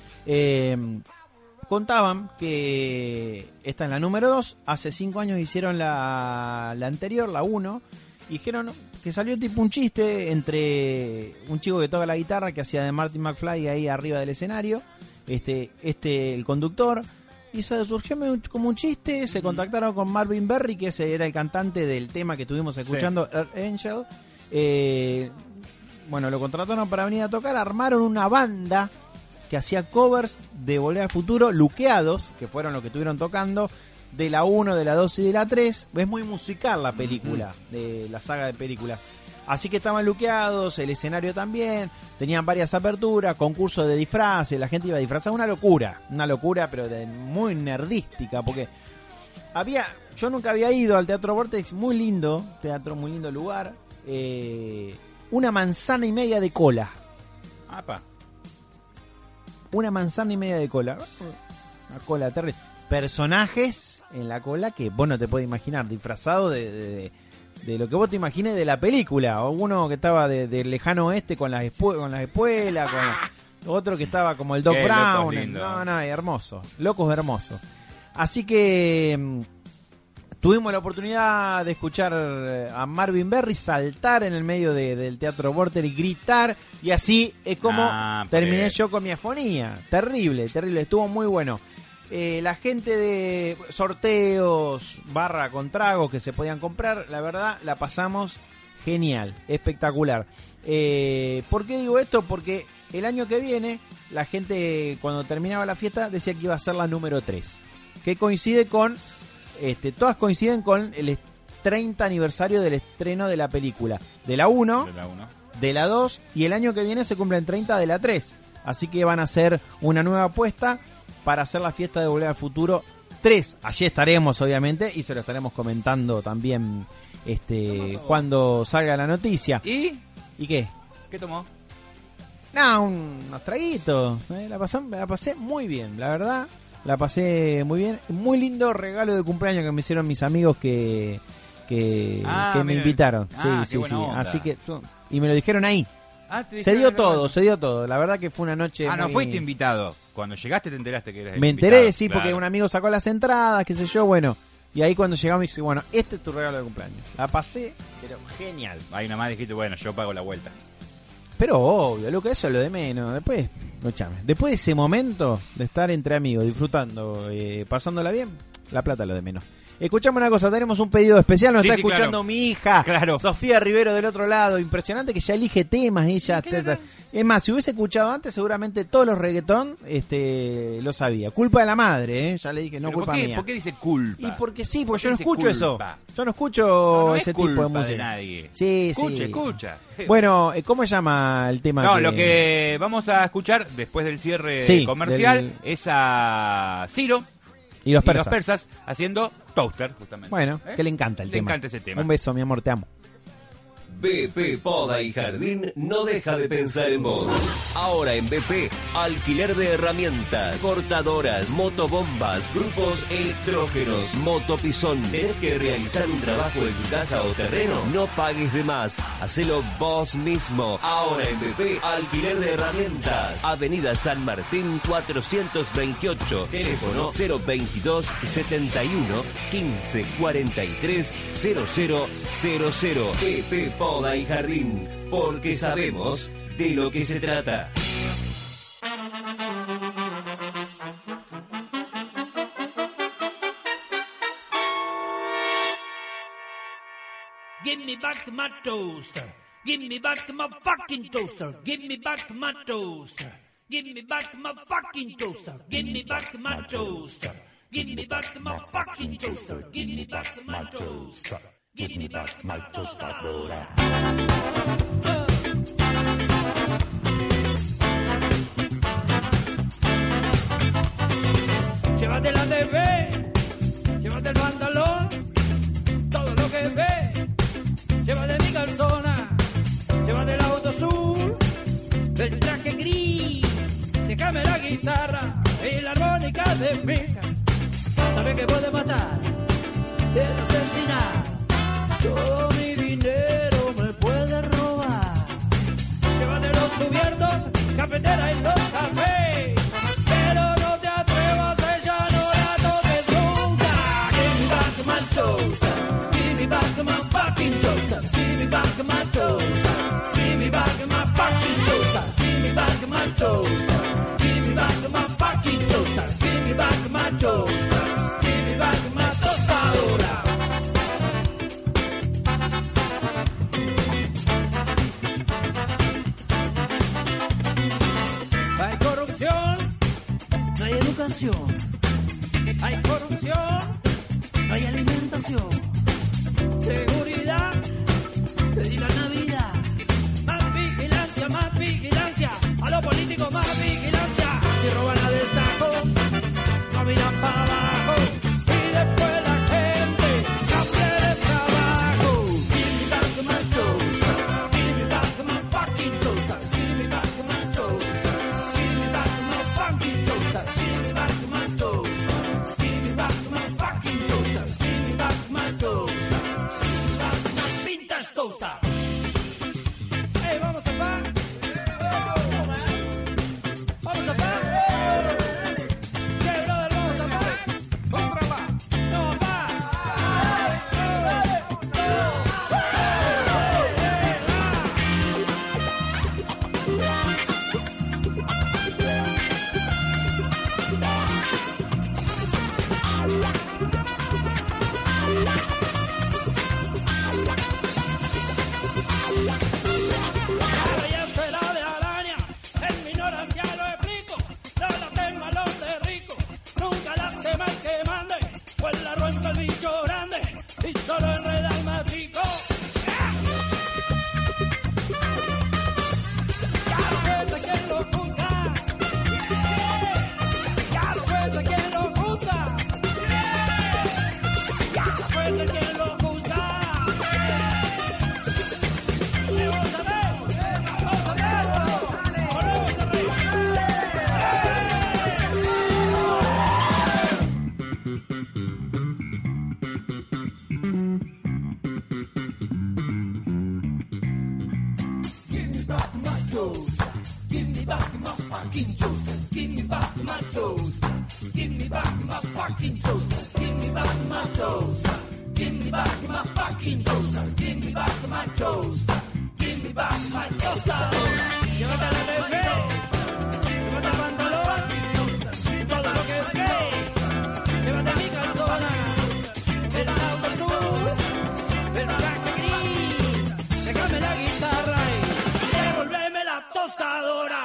Contaban que esta es la número 2, hace 5 años hicieron la anterior, la 1, y dijeron que salió tipo un chiste entre un chico que toca la guitarra, que hacía de Marty McFly ahí arriba del escenario, el conductor. Y se surgió como un chiste, se contactaron con Marvin Berry, que ese era el cantante del tema que estuvimos escuchando, sí, Earth Angel. Bueno, lo contrataron para venir a tocar, armaron una banda que hacía covers de Volver al Futuro, luqueados, que fueron los que estuvieron tocando, de la 1, de la 2 y de la 3. Es muy musical la película, de la saga de películas. Así que estaban luqueados, el escenario también, tenían varias aperturas, concursos de disfraces, la gente iba a disfrazar, una locura, pero muy nerdística, porque yo nunca había ido al Teatro Vortex, muy lindo teatro, muy lindo lugar, 1 manzana y media de cola. Apa. 1 manzana y media de cola, una cola terrible, personajes en la cola que vos no te podés imaginar, disfrazado de lo que vos te imagines de la película, o uno que estaba de lejano oeste con las espuelas, con otro que estaba como el Doc Brown. No, hermoso, locos hermosos. Así que tuvimos la oportunidad de escuchar a Marvin Berry saltar en el medio del Teatro Vorterix y gritar, y así es como terminé yo con mi afonía. Terrible, estuvo muy bueno. La gente de sorteos / con tragos que se podían comprar, la verdad la pasamos genial, espectacular. ¿Por qué digo esto? Porque el año que viene la gente, cuando terminaba la fiesta, decía que iba a ser la número 3, que coincide con todas coinciden con el 30 aniversario del estreno de la película, de la 1, de la 2, y el año que viene se cumplen 30 de la 3, así que van a hacer una nueva apuesta para hacer la fiesta de Volver al Futuro 3. Allí estaremos, obviamente, y se lo estaremos comentando también cuando salga la noticia. ¿Y qué? ¿Qué tomó? No, unos traguitos. La pasé muy bien, la verdad. La pasé muy bien. Muy lindo regalo de cumpleaños que me hicieron mis amigos que que me mira. invitaron. Ah, sí, qué buena onda. Así que y me lo dijeron ahí. ¿te Se dijeron dio algo? todo. La verdad que fue una noche no muy- fuiste invitado. Cuando llegaste te enteraste que eras el Me invitado. enteré, sí, Claro. porque un amigo sacó las entradas, qué sé yo, bueno. Y ahí cuando llegamos me dice, bueno, este es tu regalo de cumpleaños. La pasé, pero genial. Ahí nomás dijiste, bueno, yo pago la vuelta. Pero obvio, Luca, eso es lo de menos. Después, escuchame, después de ese momento de estar entre amigos, disfrutando, pasándola bien, la plata es lo de menos. Escuchame una cosa, tenemos un pedido especial, nos Sí, está sí, escuchando claro. mi hija, Claro. Sofía Rivero del otro lado, impresionante que ya elige temas, ella. Es más, si hubiese escuchado antes, seguramente todos los reggaetón lo sabía. Culpa de la madre, ya le dije, no Pero culpa ¿por qué, mía. ¿Por qué dice culpa? Y porque sí, porque ¿Por yo no qué dice escucho eso. culpa? Yo no escucho No es ese tipo de culpa música. de nadie. Sí, Escucha. Bueno, ¿cómo se llama el tema? No, lo que vamos a escuchar después del cierre Sí, comercial es a Ciro Y los y persas. los persas haciendo Toaster, justamente. Bueno, ¿Eh? que le encanta el Le tema. encanta ese tema. Un beso, mi amor, te amo. BP Poda y Jardín no deja de pensar en vos. Ahora en BP, alquiler de herramientas, cortadoras, motobombas, grupos electrógenos, motopisón. ¿Tenés que realizar un trabajo en tu casa o terreno? No pagues de más, hacelo vos mismo. Ahora en BP, alquiler de herramientas. Avenida San Martín 428, teléfono 022 71 15 43 0000. BP Poda y Jardín, porque sabemos de lo que se trata. Give me back my toaster. Give me back my fucking toaster. Give me back my toaster. Give me back my fucking toaster. Give me back my toaster. Give me back my fucking toaster. Give me back my toaster. Give me back my tostadora. Llévate la TV, llévate el pantalón, todo lo que ve, llévate mi calzona, llévate el auto azul, el traje gris, déjame la guitarra y la armónica de pica. Sabe que puede matar, puede asesinar, todo mi dinero me puede robar. Llévate los cubiertos, cafetera y los cafés, pero no te atrevas, ella no la toques nunca. Give me back my toaster, give me back my fucking toaster, give me back my toaster, give me back my fucking toaster, give me back my toaster, give me back my fucking toaster, give me back my toaster, give me back my tostadora. cooking toaster. Give me back my toaster. Give me back my toaster. Llévate la TV, llévate el pantalón, todo lo que ves. Llévate mi calzona, el auto azul, el traje gris. Déjame la guitarra y devuélveme la tostadora.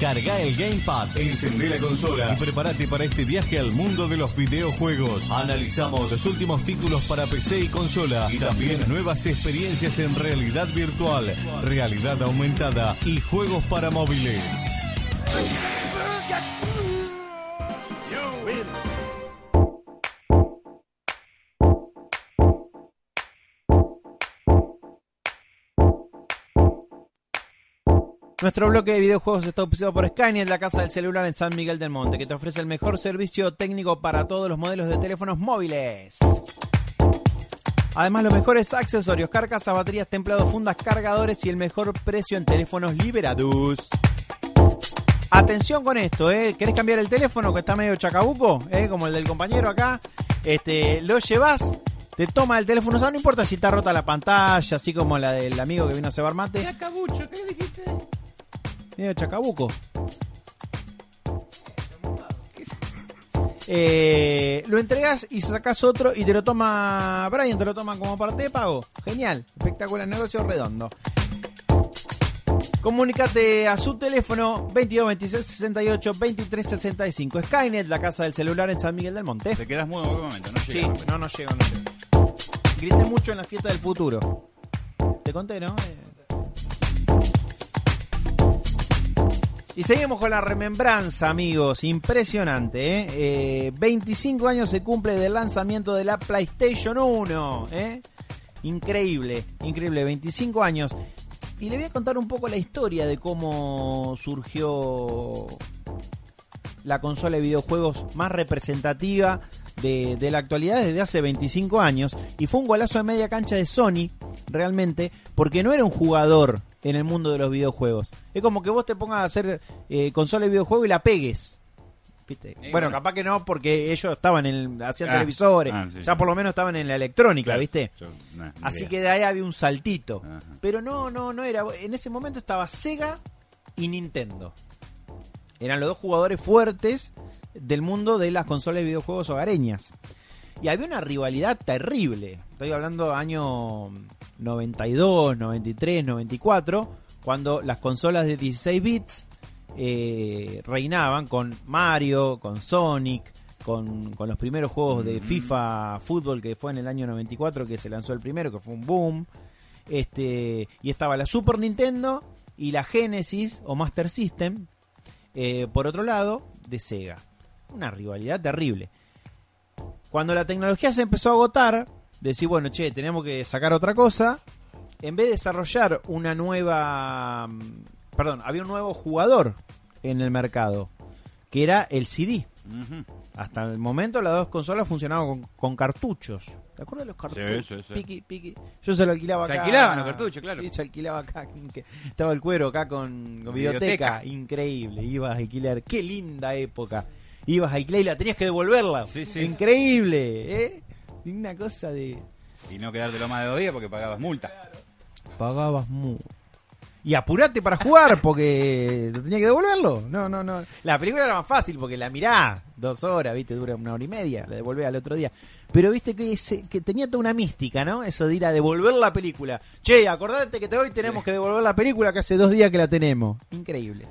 Descarga el Gamepad, encendé la consola y prepárate para este viaje al mundo de los videojuegos. Analizamos los últimos títulos para PC y consola y también nuevas experiencias en realidad virtual, realidad aumentada y juegos para móviles. Nuestro bloque de videojuegos está auspiciado por Skynet, la casa del celular en San Miguel del Monte, que te ofrece el mejor servicio técnico para todos los modelos de teléfonos móviles. Además, los mejores accesorios, carcasas, baterías, templados, fundas, cargadores y el mejor precio en teléfonos liberados. Atención con esto, ¿querés cambiar el teléfono que está medio chacabuco? Como el del compañero acá. Lo llevas, te toma el teléfono, o sea, no importa si está rota la pantalla, así como la del amigo que vino a cebar mate. Chacabucho, ¿qué dijiste? Medio chacabuco. Lo entregas y sacas otro y te lo toma Brian, te lo toma como parte de pago. Genial, espectacular, negocio redondo. Comunícate a su teléfono 22 26 68 23 65. Skynet, la casa del celular en San Miguel del Monte. Te quedas mudo en algún momento, ¿no? Sí, no llego. Grité mucho en la fiesta del futuro. Te conté, ¿no? Y seguimos con la remembranza, amigos. Impresionante, 25 años se cumple del lanzamiento de la PlayStation 1, Increíble, 25 años. Y le voy a contar un poco la historia de cómo surgió la consola de videojuegos más representativa de la actualidad desde hace 25 años. Y fue un golazo de media cancha de Sony, realmente, porque no era un jugador en el mundo de los videojuegos. Es como que vos te pongas a hacer consola de videojuegos y la pegues. ¿Viste? Bueno, capaz que no, porque ellos estaban hacían televisores, sí, ya por lo menos estaban en la electrónica, claro. ¿viste? Así que de ahí había un saltito. Ajá. Pero no era. En ese momento estaba Sega y Nintendo. Eran los dos jugadores fuertes del mundo de las consolas de videojuegos hogareñas. Y había una rivalidad terrible. Estoy hablando año 92, 93, 94, cuando las consolas de 16 bits reinaban con Mario, con Sonic, con los primeros juegos de FIFA Fútbol, que fue en el año 94 que se lanzó el primero, que fue un boom. Y estaba la Super Nintendo y la Genesis o Master System, por otro lado, de Sega. Una rivalidad terrible. Cuando la tecnología se empezó a agotar, decir, bueno, tenemos que sacar otra cosa. En vez de desarrollar había un nuevo jugador en el mercado, que era el CD. Uh-huh. Hasta el momento las dos consolas funcionaban con cartuchos. ¿Te acuerdas de los cartuchos? Sí. Piqui. Yo se lo alquilaba acá. Se alquilaban los cartuchos, claro. Sí, se alquilaba acá. Estaba el cuero acá con videoteca. Increíble. Ibas a alquilar. Qué linda época. Ibas a alquilar y la tenías que devolverla. Sí. Increíble, Una cosa de... Y no quedártelo más de 2 días porque pagabas multa. Pagabas multa. Y apurate para jugar porque tenía que devolverlo. No. La película era más fácil porque la mirás 2 horas, ¿viste? Dura 1 hora y media. La devolvés al otro día. Pero viste que tenía toda una mística, ¿no? Eso de ir a devolver la película. Acordate que hoy tenemos que devolver la película que hace 2 días que la tenemos. Increíble.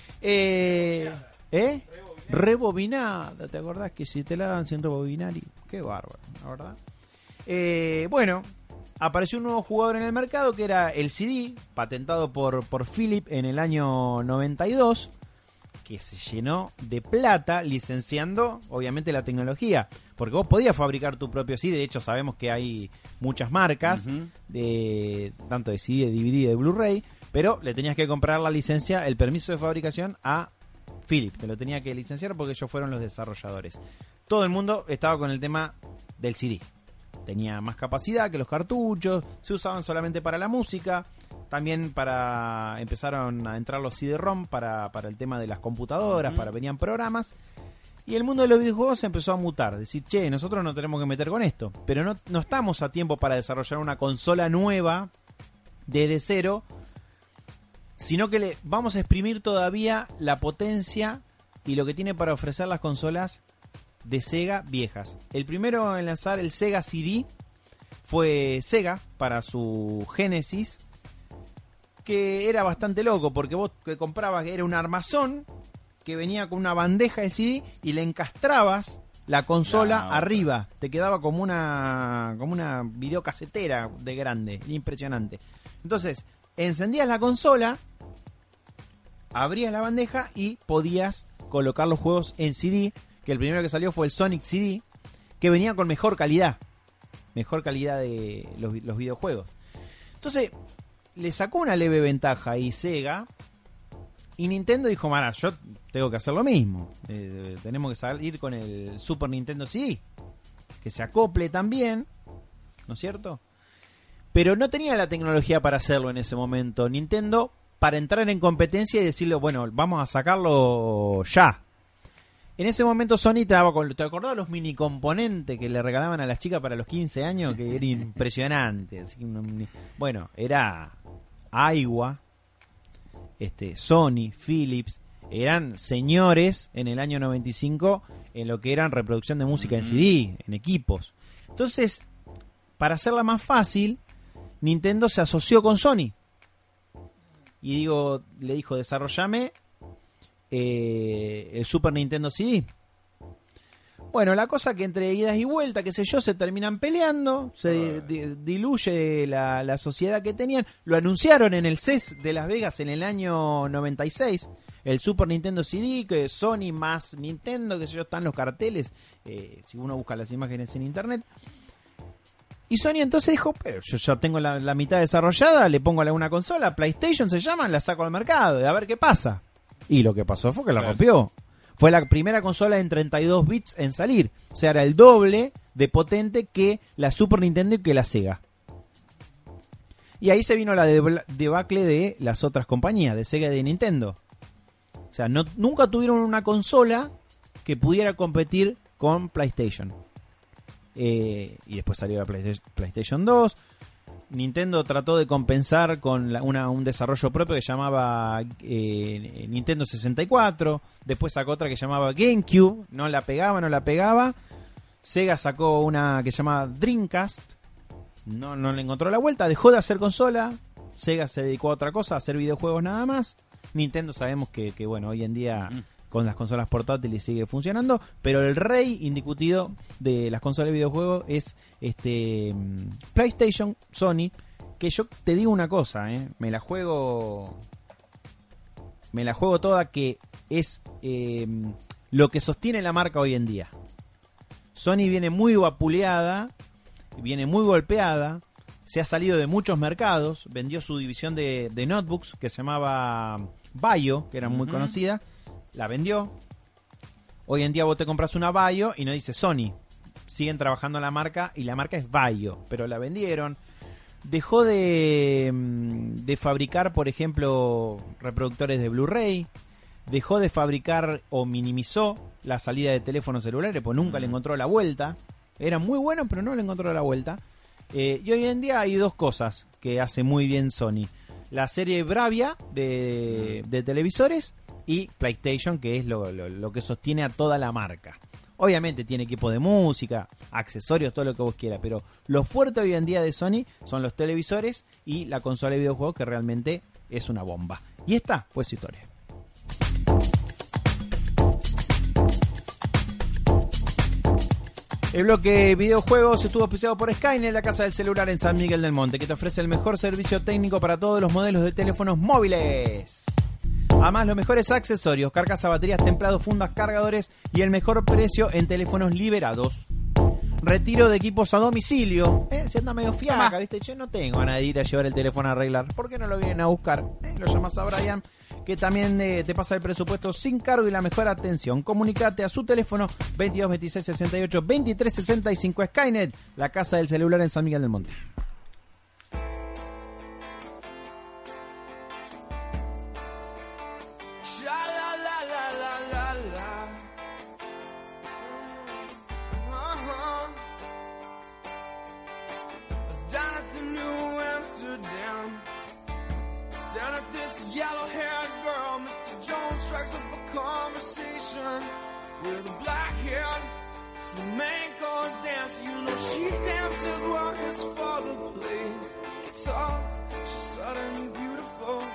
Rebobinada, ¿te acordás que si te la dan sin rebobinar? Qué bárbaro, la verdad. Bueno, apareció un nuevo jugador en el mercado que era el CD, patentado por Philip en el año 92, que se llenó de plata licenciando, obviamente, la tecnología. Porque vos podías fabricar tu propio CD, de hecho sabemos que hay muchas marcas, tanto de CD, de DVD, de Blu-ray, pero le tenías que comprar la licencia, el permiso de fabricación a Philip, te lo tenía que licenciar porque ellos fueron los desarrolladores. Todo el mundo estaba con el tema del CD. Tenía más capacidad que los cartuchos, se usaban solamente para la música, también empezaron a entrar los CD-ROM para el tema de las computadoras, venían programas, y el mundo de los videojuegos se empezó a mutar, decir, nosotros no tenemos que meter con esto, pero no estamos a tiempo para desarrollar una consola nueva desde cero, sino que le vamos a exprimir todavía la potencia y lo que tiene para ofrecer las consolas de Sega viejas. El primero en lanzar el Sega CD fue Sega para su Genesis, que era bastante loco, porque vos que comprabas, era un armazón que venía con una bandeja de CD y le encastrabas la consola arriba. Te quedaba como una videocasetera de grande, impresionante. Entonces, encendías la consola, abrías la bandeja y podías colocar los juegos en CD, que el primero que salió fue el Sonic CD, que venía con mejor calidad de los videojuegos. Entonces, le sacó una leve ventaja ahí Sega, y Nintendo dijo, mara, yo tengo que hacer lo mismo. Tenemos que salir con el Super Nintendo CD, que se acople también, ¿no es cierto? Pero no tenía la tecnología para hacerlo en ese momento Nintendo, para entrar en competencia y decirle, bueno, vamos a sacarlo ya. En ese momento Sony te acordás de los mini componentes que le regalaban a las chicas para los 15 años, que era impresionante. Bueno, era Aiwa, Sony, Philips, eran señores en el año 95 en lo que eran reproducción de música en CD, en equipos. Entonces, para hacerla más fácil, Nintendo se asoció con Sony. Y le dijo, desarrollame el Super Nintendo CD. Bueno, la cosa que entre idas y vueltas, qué sé yo, se terminan peleando, se diluye la sociedad que tenían. Lo anunciaron en el CES de Las Vegas en el año 96, el Super Nintendo CD, que Sony más Nintendo, qué sé yo, están los carteles, si uno busca las imágenes en internet. Y Sony entonces dijo, pero yo ya tengo la mitad desarrollada, le pongo una consola, PlayStation se llama, la saco al mercado, y a ver qué pasa. Y lo que pasó fue que la rompió. Fue la primera consola en 32 bits en salir. O sea, era el doble de potente que la Super Nintendo y que la Sega. Y ahí se vino la debacle de las otras compañías, de Sega y de Nintendo. O sea, nunca tuvieron una consola que pudiera competir con PlayStation. Y después salió la PlayStation 2. Nintendo trató de compensar con un desarrollo propio que llamaba Nintendo 64. Después sacó otra que llamaba GameCube. No la pegaba. Sega sacó una que llamaba Dreamcast. No le encontró la vuelta. Dejó de hacer consola. Sega se dedicó a otra cosa, a hacer videojuegos nada más. Nintendo sabemos que bueno, hoy en día con las consolas portátiles sigue funcionando, pero el rey indiscutido de las consolas de videojuegos es PlayStation, Sony, que yo te digo una cosa, me la juego toda, que es lo que sostiene la marca hoy en día. Sony viene muy vapuleada, viene muy golpeada, se ha salido de muchos mercados, vendió su división de notebooks que se llamaba Vaio, que era muy conocida, la vendió. Hoy en día vos te compras una Vaio y no dice Sony. Siguen trabajando la marca y la marca es Vaio, pero la vendieron. Dejó de fabricar, por ejemplo, reproductores de Blu-ray. Dejó de fabricar o minimizó la salida de teléfonos celulares, pues nunca le encontró la vuelta. Eran muy buenos, pero no le encontró la vuelta. Y hoy en día hay dos cosas que hace muy bien Sony. La serie Bravia de televisores y PlayStation, que es lo que sostiene a toda la marca. Obviamente tiene equipo de música, accesorios, todo lo que vos quieras, pero lo fuerte hoy en día de Sony son los televisores y la consola de videojuegos, que realmente es una bomba. Y esta fue su historia. El bloque videojuegos estuvo auspiciado por Skynet, la casa del celular en San Miguel del Monte, que te ofrece el mejor servicio técnico para todos los modelos de teléfonos móviles. Además, los mejores accesorios, carcasas, baterías, templados, fundas, cargadores y el mejor precio en teléfonos liberados. Retiro de equipos a domicilio. Si anda medio fiaca, ¿viste? Yo no tengo ganas de ir a llevar el teléfono a arreglar. ¿Por qué no lo vienen a buscar? Lo llamas a Brian, que también te pasa el presupuesto sin cargo y la mejor atención. Comunicate a su teléfono 22 26 68 23 65. Skynet, la casa del celular en San Miguel del Monte. With a black hair, flamenco dance, you know she dances while his father plays guitar. She's sudden beautiful,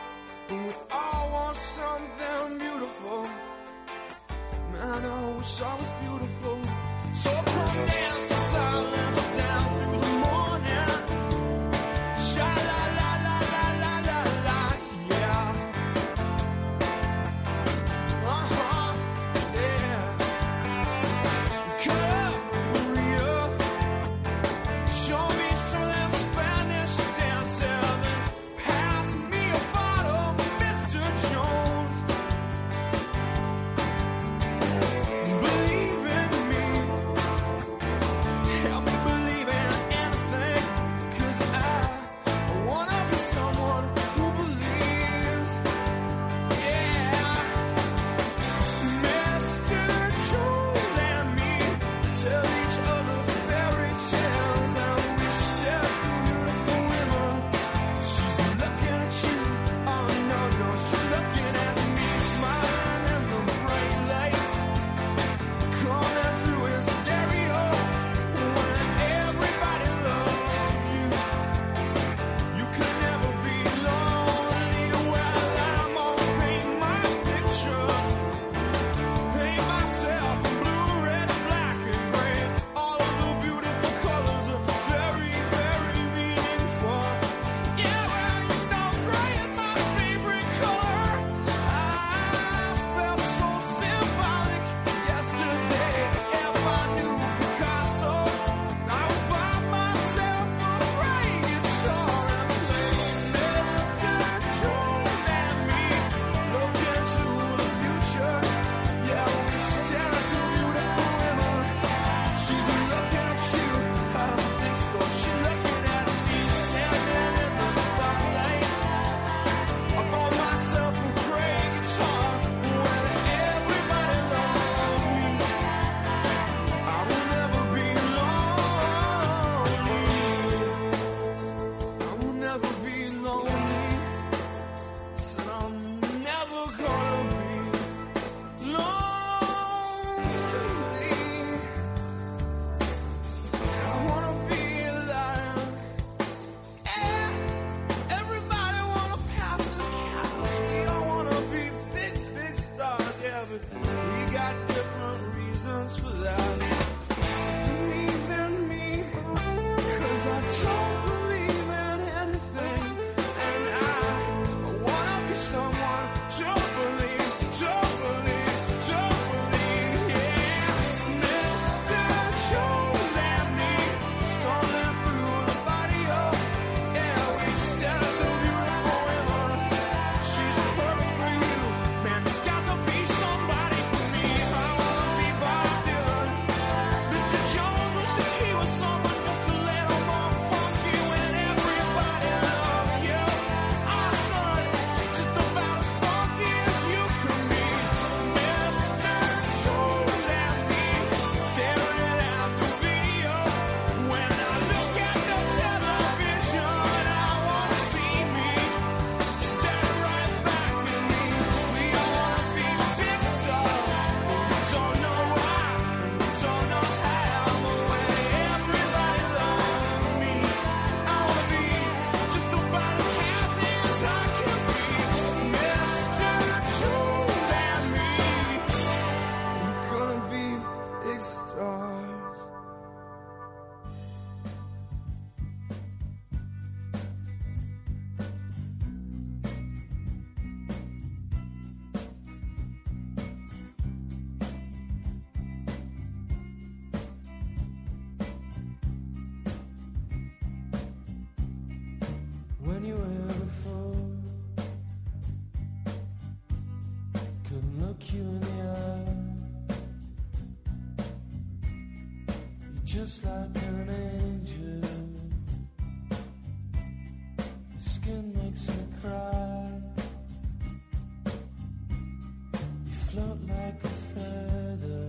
look you in the eye, you're just like an angel. Your skin makes me cry. You float like a feather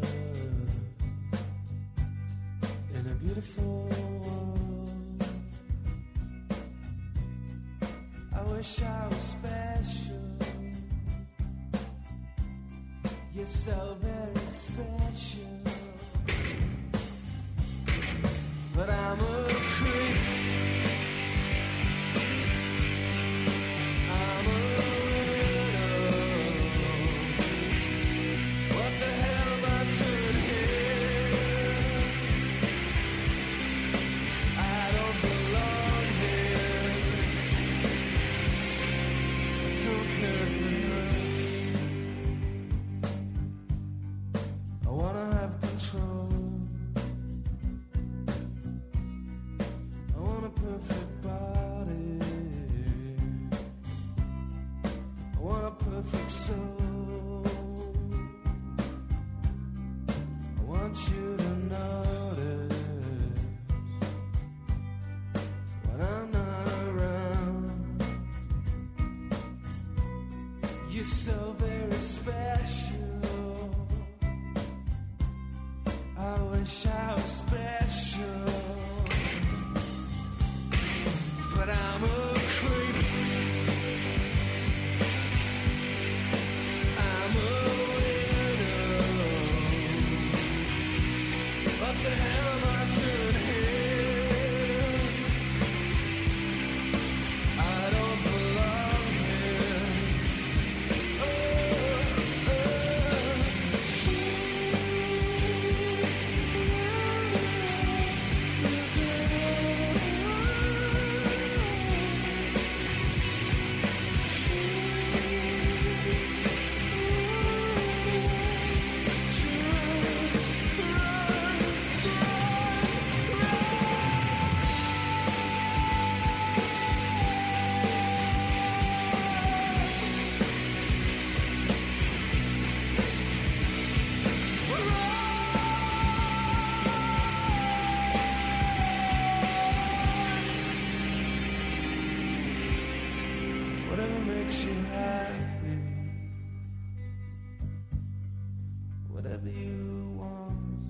in a beautiful world. I wish I was special. You're so very special. But I'm a creep. I'm a widow. What the hell am I doing here? I don't belong here. I don't care for I wanna have control. I want a perfect body. I want a perfect soul. I want you to notice when I'm not around. You're so very special. I wish I was special, but I'm a creep. I'm a widow. What the hell am I doing here? I don't belong here. Whatever makes you happy, whatever you want,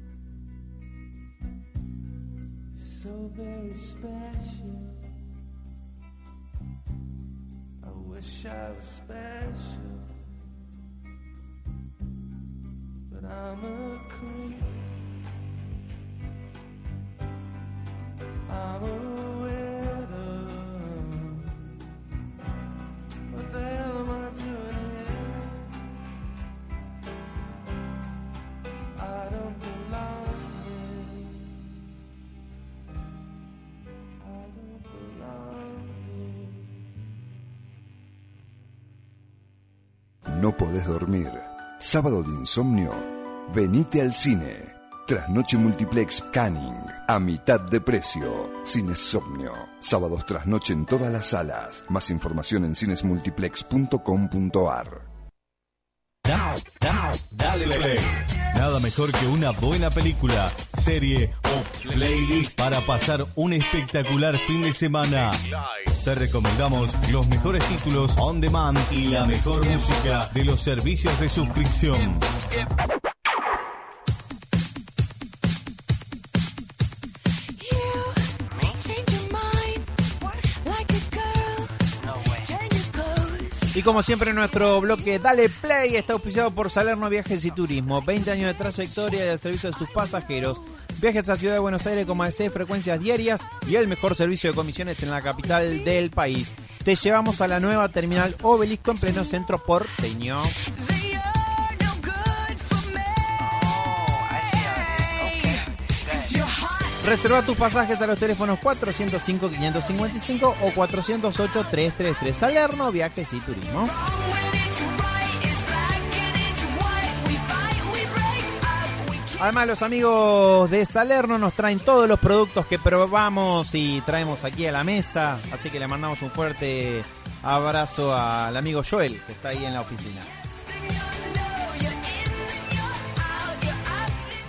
so very special. I wish I was special, but I'm a creep. I'm a widow. What the hell am I doing here? I don't belong here. I don't belong here. No podés dormir. Sábado de insomnio. Venite al cine. Trasnoche Multiplex Canning. A mitad de precio. Cinesomnio. Sábados trasnoche en todas las salas. Más información en cinesmultiplex.com.ar. Dale play. Nada mejor que una buena película, serie o playlist para pasar un espectacular fin de semana. Te recomendamos los mejores títulos on demand y la mejor música de los servicios de suscripción. Y como siempre nuestro bloque Dale Play está auspiciado por Salerno Viajes y Turismo. 20 años de trayectoria y al servicio de sus pasajeros. Viajes a Ciudad de Buenos Aires con más de 6 frecuencias diarias y el mejor servicio de comisiones en la capital del país. Te llevamos a la nueva terminal Obelisco en pleno centro porteño. Reserva tus pasajes a los teléfonos 405-555 o 408-333. Salerno Viajes y Turismo. Además, los amigos de Salerno nos traen todos los productos que probamos y traemos aquí a la mesa. Así que le mandamos un fuerte abrazo al amigo Joel, que está ahí en la oficina.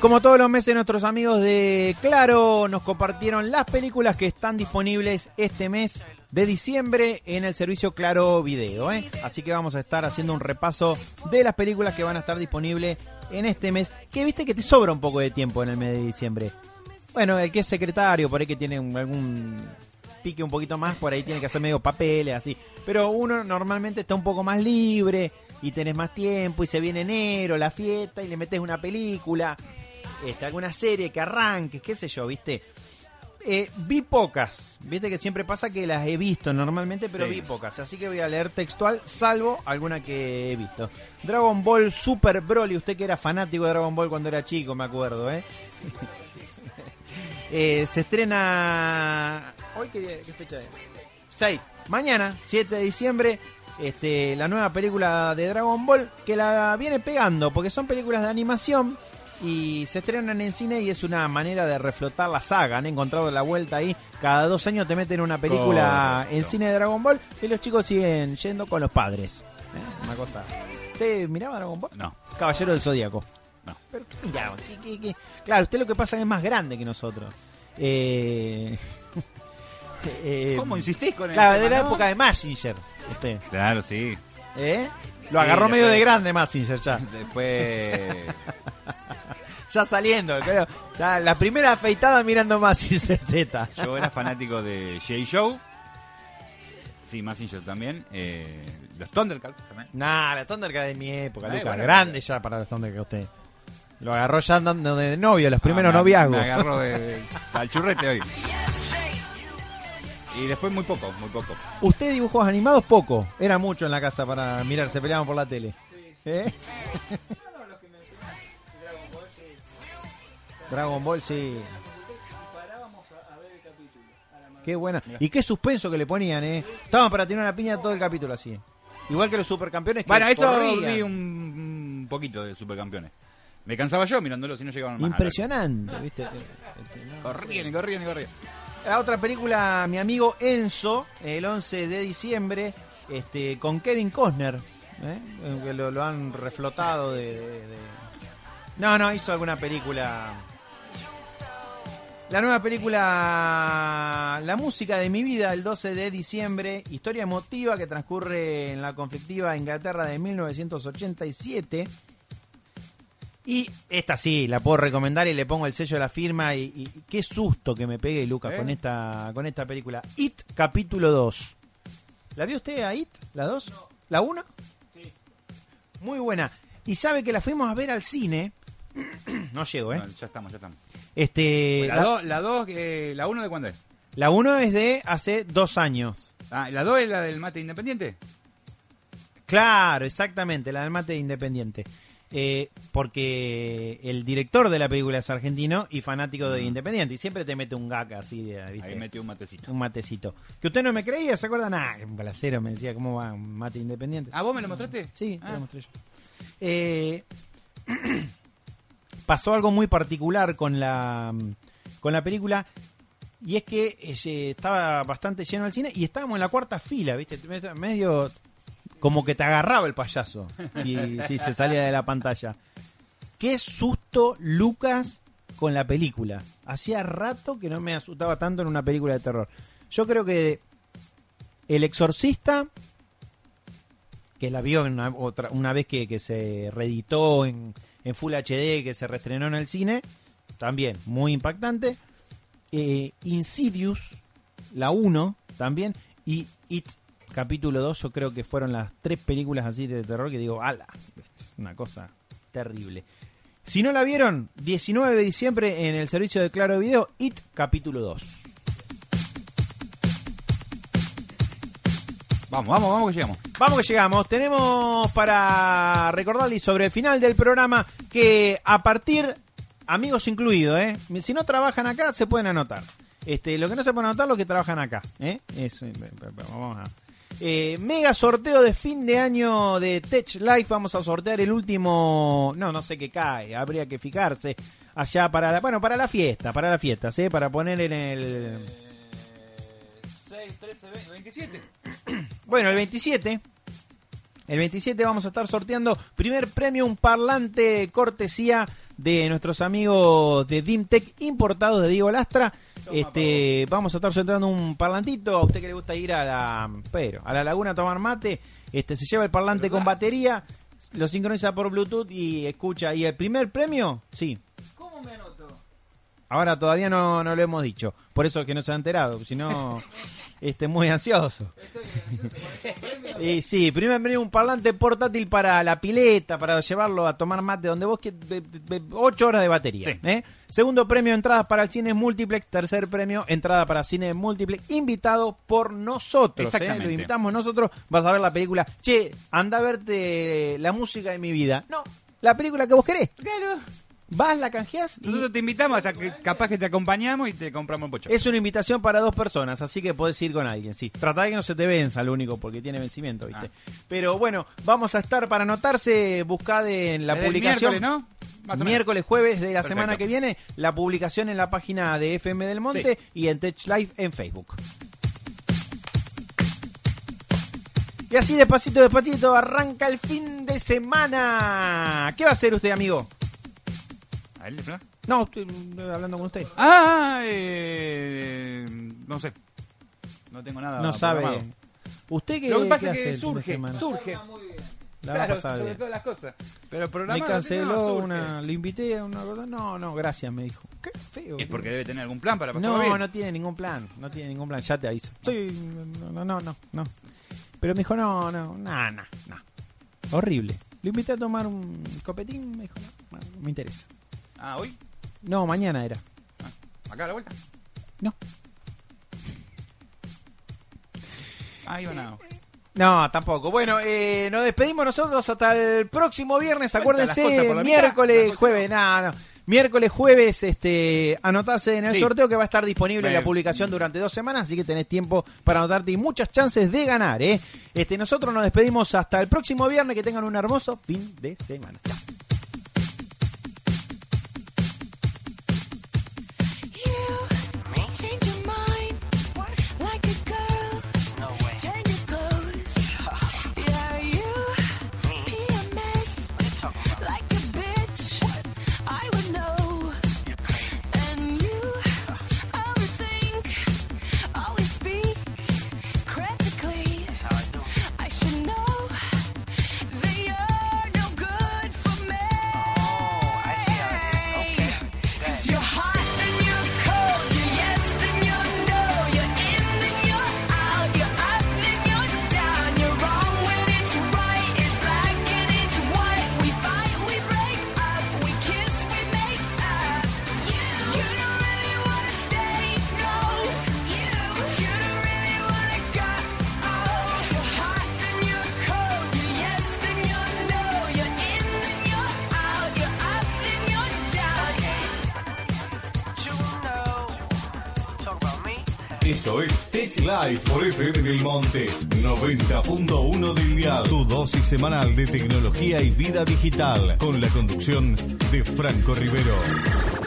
Como todos los meses, nuestros amigos de Claro nos compartieron las películas que están disponibles este mes de diciembre en el servicio Claro Video, ¿eh? Así que vamos a estar haciendo un repaso de las películas que van a estar disponibles en este mes, que viste que te sobra un poco de tiempo en el mes de diciembre. Bueno, el que es secretario, por ahí que tiene algún pique un poquito más, por ahí tiene que hacer medio papeles, así. Pero uno normalmente está un poco más libre y tenés más tiempo y se viene enero, la fiesta, y le metes una película, alguna serie que arranques, qué sé yo, ¿viste? Vi pocas, viste que siempre pasa que las he visto normalmente, pero vi pocas, así que voy a leer textual, salvo alguna que he visto. Dragon Ball Super Broly, usted que era fanático de Dragon Ball cuando era chico, me acuerdo, se estrena hoy, ¿qué fecha es? 6, mañana, 7 de diciembre, la nueva película de Dragon Ball, que la viene pegando, porque son películas de animación y se estrenan en cine y es una manera de reflotar la saga. Han encontrado la vuelta ahí, cada 2 años te meten una película en cine de Dragon Ball y los chicos siguen yendo con los padres. Una cosa. ¿Usted miraba Dragon Ball? No. Caballero del Zodíaco. No. Pero ¿qué miraba? ¿Qué? Claro, usted lo que pasa es más grande que nosotros. ¿Cómo insistís con el Claro, tema, de la no? época de Mazinger. Usted. Claro, sí. Lo agarró Sí, medio después- de grande Mazinger ya. Después... Ya saliendo, creo. Ya la primera afeitada mirando Mazinger Z. Yo era fanático de J-Show. Sí, Mazinger también. Los Thundercats también. Nah, la Thundercat de mi época, Lucas. bueno, grande ya para los Thundercat usted. Lo agarró ya andando de novio, los primeros me noviazgos. Me agarró al churrete hoy. Y después muy poco. Usted dibujos animados poco. Era mucho en la casa para mirar, se peleaban por la tele. Dragon Ball, sí. Qué buena. Y qué suspenso que le ponían, Estaban para tener una piña todo el capítulo así. Igual que los supercampeones que Bueno, eso corrían. vi un poquito de Supercampeones. Me cansaba yo mirándolo si no llegaban más. Impresionante, ¿viste? Corrían. La otra película, mi amigo Enzo, el 11 de diciembre, con Kevin Costner, que lo han reflotado de... No, hizo alguna película... La nueva película La música de mi vida, el 12 de diciembre, historia emotiva que transcurre en la conflictiva Inglaterra de 1987. Y esta sí, la puedo recomendar y le pongo el sello de la firma. Y qué susto que me pegue, Lucas, con esta película. It, capítulo 2. ¿La vio usted a It, la 2? No. ¿La 1? Sí. Muy buena. Y sabe que la fuimos a ver al cine. No llego, No, ya estamos. La 1 de cuándo es. La 1 es de hace 2 años. Ah, ¿la 2 es la del mate independiente? Claro, exactamente, la del mate independiente. Porque el director de la película es argentino y fanático de Independiente. Y siempre te mete un gag así, ¿viste? Ahí metió un matecito. Un matecito. Que usted no me creía, ¿se acuerdan? Un balacero me decía, ¿cómo va un mate independiente? ¿Ah, vos me lo mostraste? Sí, te lo mostré yo. Pasó algo muy particular con la película, y es que estaba bastante lleno el cine y estábamos en la cuarta fila, ¿viste? Medio como que te agarraba el payaso si se salía de la pantalla. Qué susto, Lucas, con la película. Hacía rato que no me asustaba tanto en una película de terror. Yo creo que El Exorcista, que la vio una vez que se reeditó en Full HD, que se reestrenó en el cine, también muy impactante. Insidious, la 1 también, y It, capítulo 2, yo creo que fueron las 3 películas así de terror que digo, ala, una cosa terrible. Si no la vieron, 19 de diciembre en el servicio de Claro Video, It, capítulo 2. Vamos que llegamos. Vamos que llegamos. Tenemos para recordarles sobre el final del programa que a partir, amigos incluidos, si no trabajan acá, se pueden anotar. Lo que no se pueden anotar, los que trabajan acá. Vamos a... mega sorteo de fin de año de Tech Life. Vamos a sortear el último... No sé qué cae. Habría que fijarse allá para la fiesta, ¿sí? Para poner en el... 6, 13, 20, 27. Bueno, el 27 vamos a estar sorteando primer premio, un parlante cortesía de nuestros amigos de Dimtech importados de Diego Lastra. Vamos a estar centrando un parlantito. A usted que le gusta ir a la laguna a tomar mate, se lleva el parlante con batería, lo sincroniza por Bluetooth y escucha. ¿Y el primer premio? Sí. ¿Cómo me anoto? Ahora todavía no lo hemos dicho, por eso es que no se ha enterado, si no, muy ansioso. Y sí, primer premio, un parlante portátil para la pileta, para llevarlo a tomar mate donde vos quieras, 8 horas de batería. Sí. Segundo premio, entradas para el cine multiplex. Tercer premio, entrada para cine multiplex, invitado por nosotros. Lo invitamos nosotros, vas a ver la película. Che, anda a verte La música de mi vida. No, la película que vos querés. Claro. Vas, la canjeás y... Nosotros te invitamos, hasta que capaz que te acompañamos y te compramos un pochón. Es una invitación para 2 personas, así que podés ir con alguien, sí. Trata de que no se te venza, lo único, porque tiene vencimiento, ¿viste? Pero bueno, vamos a estar para anotarse, buscad en la publicación. Miércoles, ¿no? Miércoles, jueves de la semana que viene, la publicación en la página de FM del Monte y en Tech Live en Facebook. Y así despacito, arranca el fin de semana. ¿Qué va a hacer usted, amigo? ¿A él? No, estoy hablando con usted. No sé. No tengo nada. No sabe. Programado. ¿Usted qué, lo que pasa qué es que hace surge. Claro, sobre todas las cosas. Pero programado, me canceló no, le invité a una cosa. No, gracias, me dijo. Qué feo. Es porque debe tener algún plan para pasarlo bien. No tiene ningún plan. Ya te aviso. No. Pero me dijo, no. Horrible. Lo invité a tomar un copetín, me dijo, no me interesa. ¿Hoy? No, mañana era. ¿Acá a la vuelta? No. Iba nada. No, tampoco. Bueno, nos despedimos nosotros hasta el próximo viernes. Acuérdense, miércoles, jueves. Miércoles, jueves, anotarse en el sorteo que va a estar disponible en la publicación durante 2 semanas, así que tenés tiempo para anotarte y muchas chances de ganar, Nosotros nos despedimos hasta el próximo viernes. Que tengan un hermoso fin de semana. Chao. Esto es Tech Live por FM del Monte 90.1 del dial. Tu dosis semanal de tecnología y vida digital con la conducción de Franco Rivero.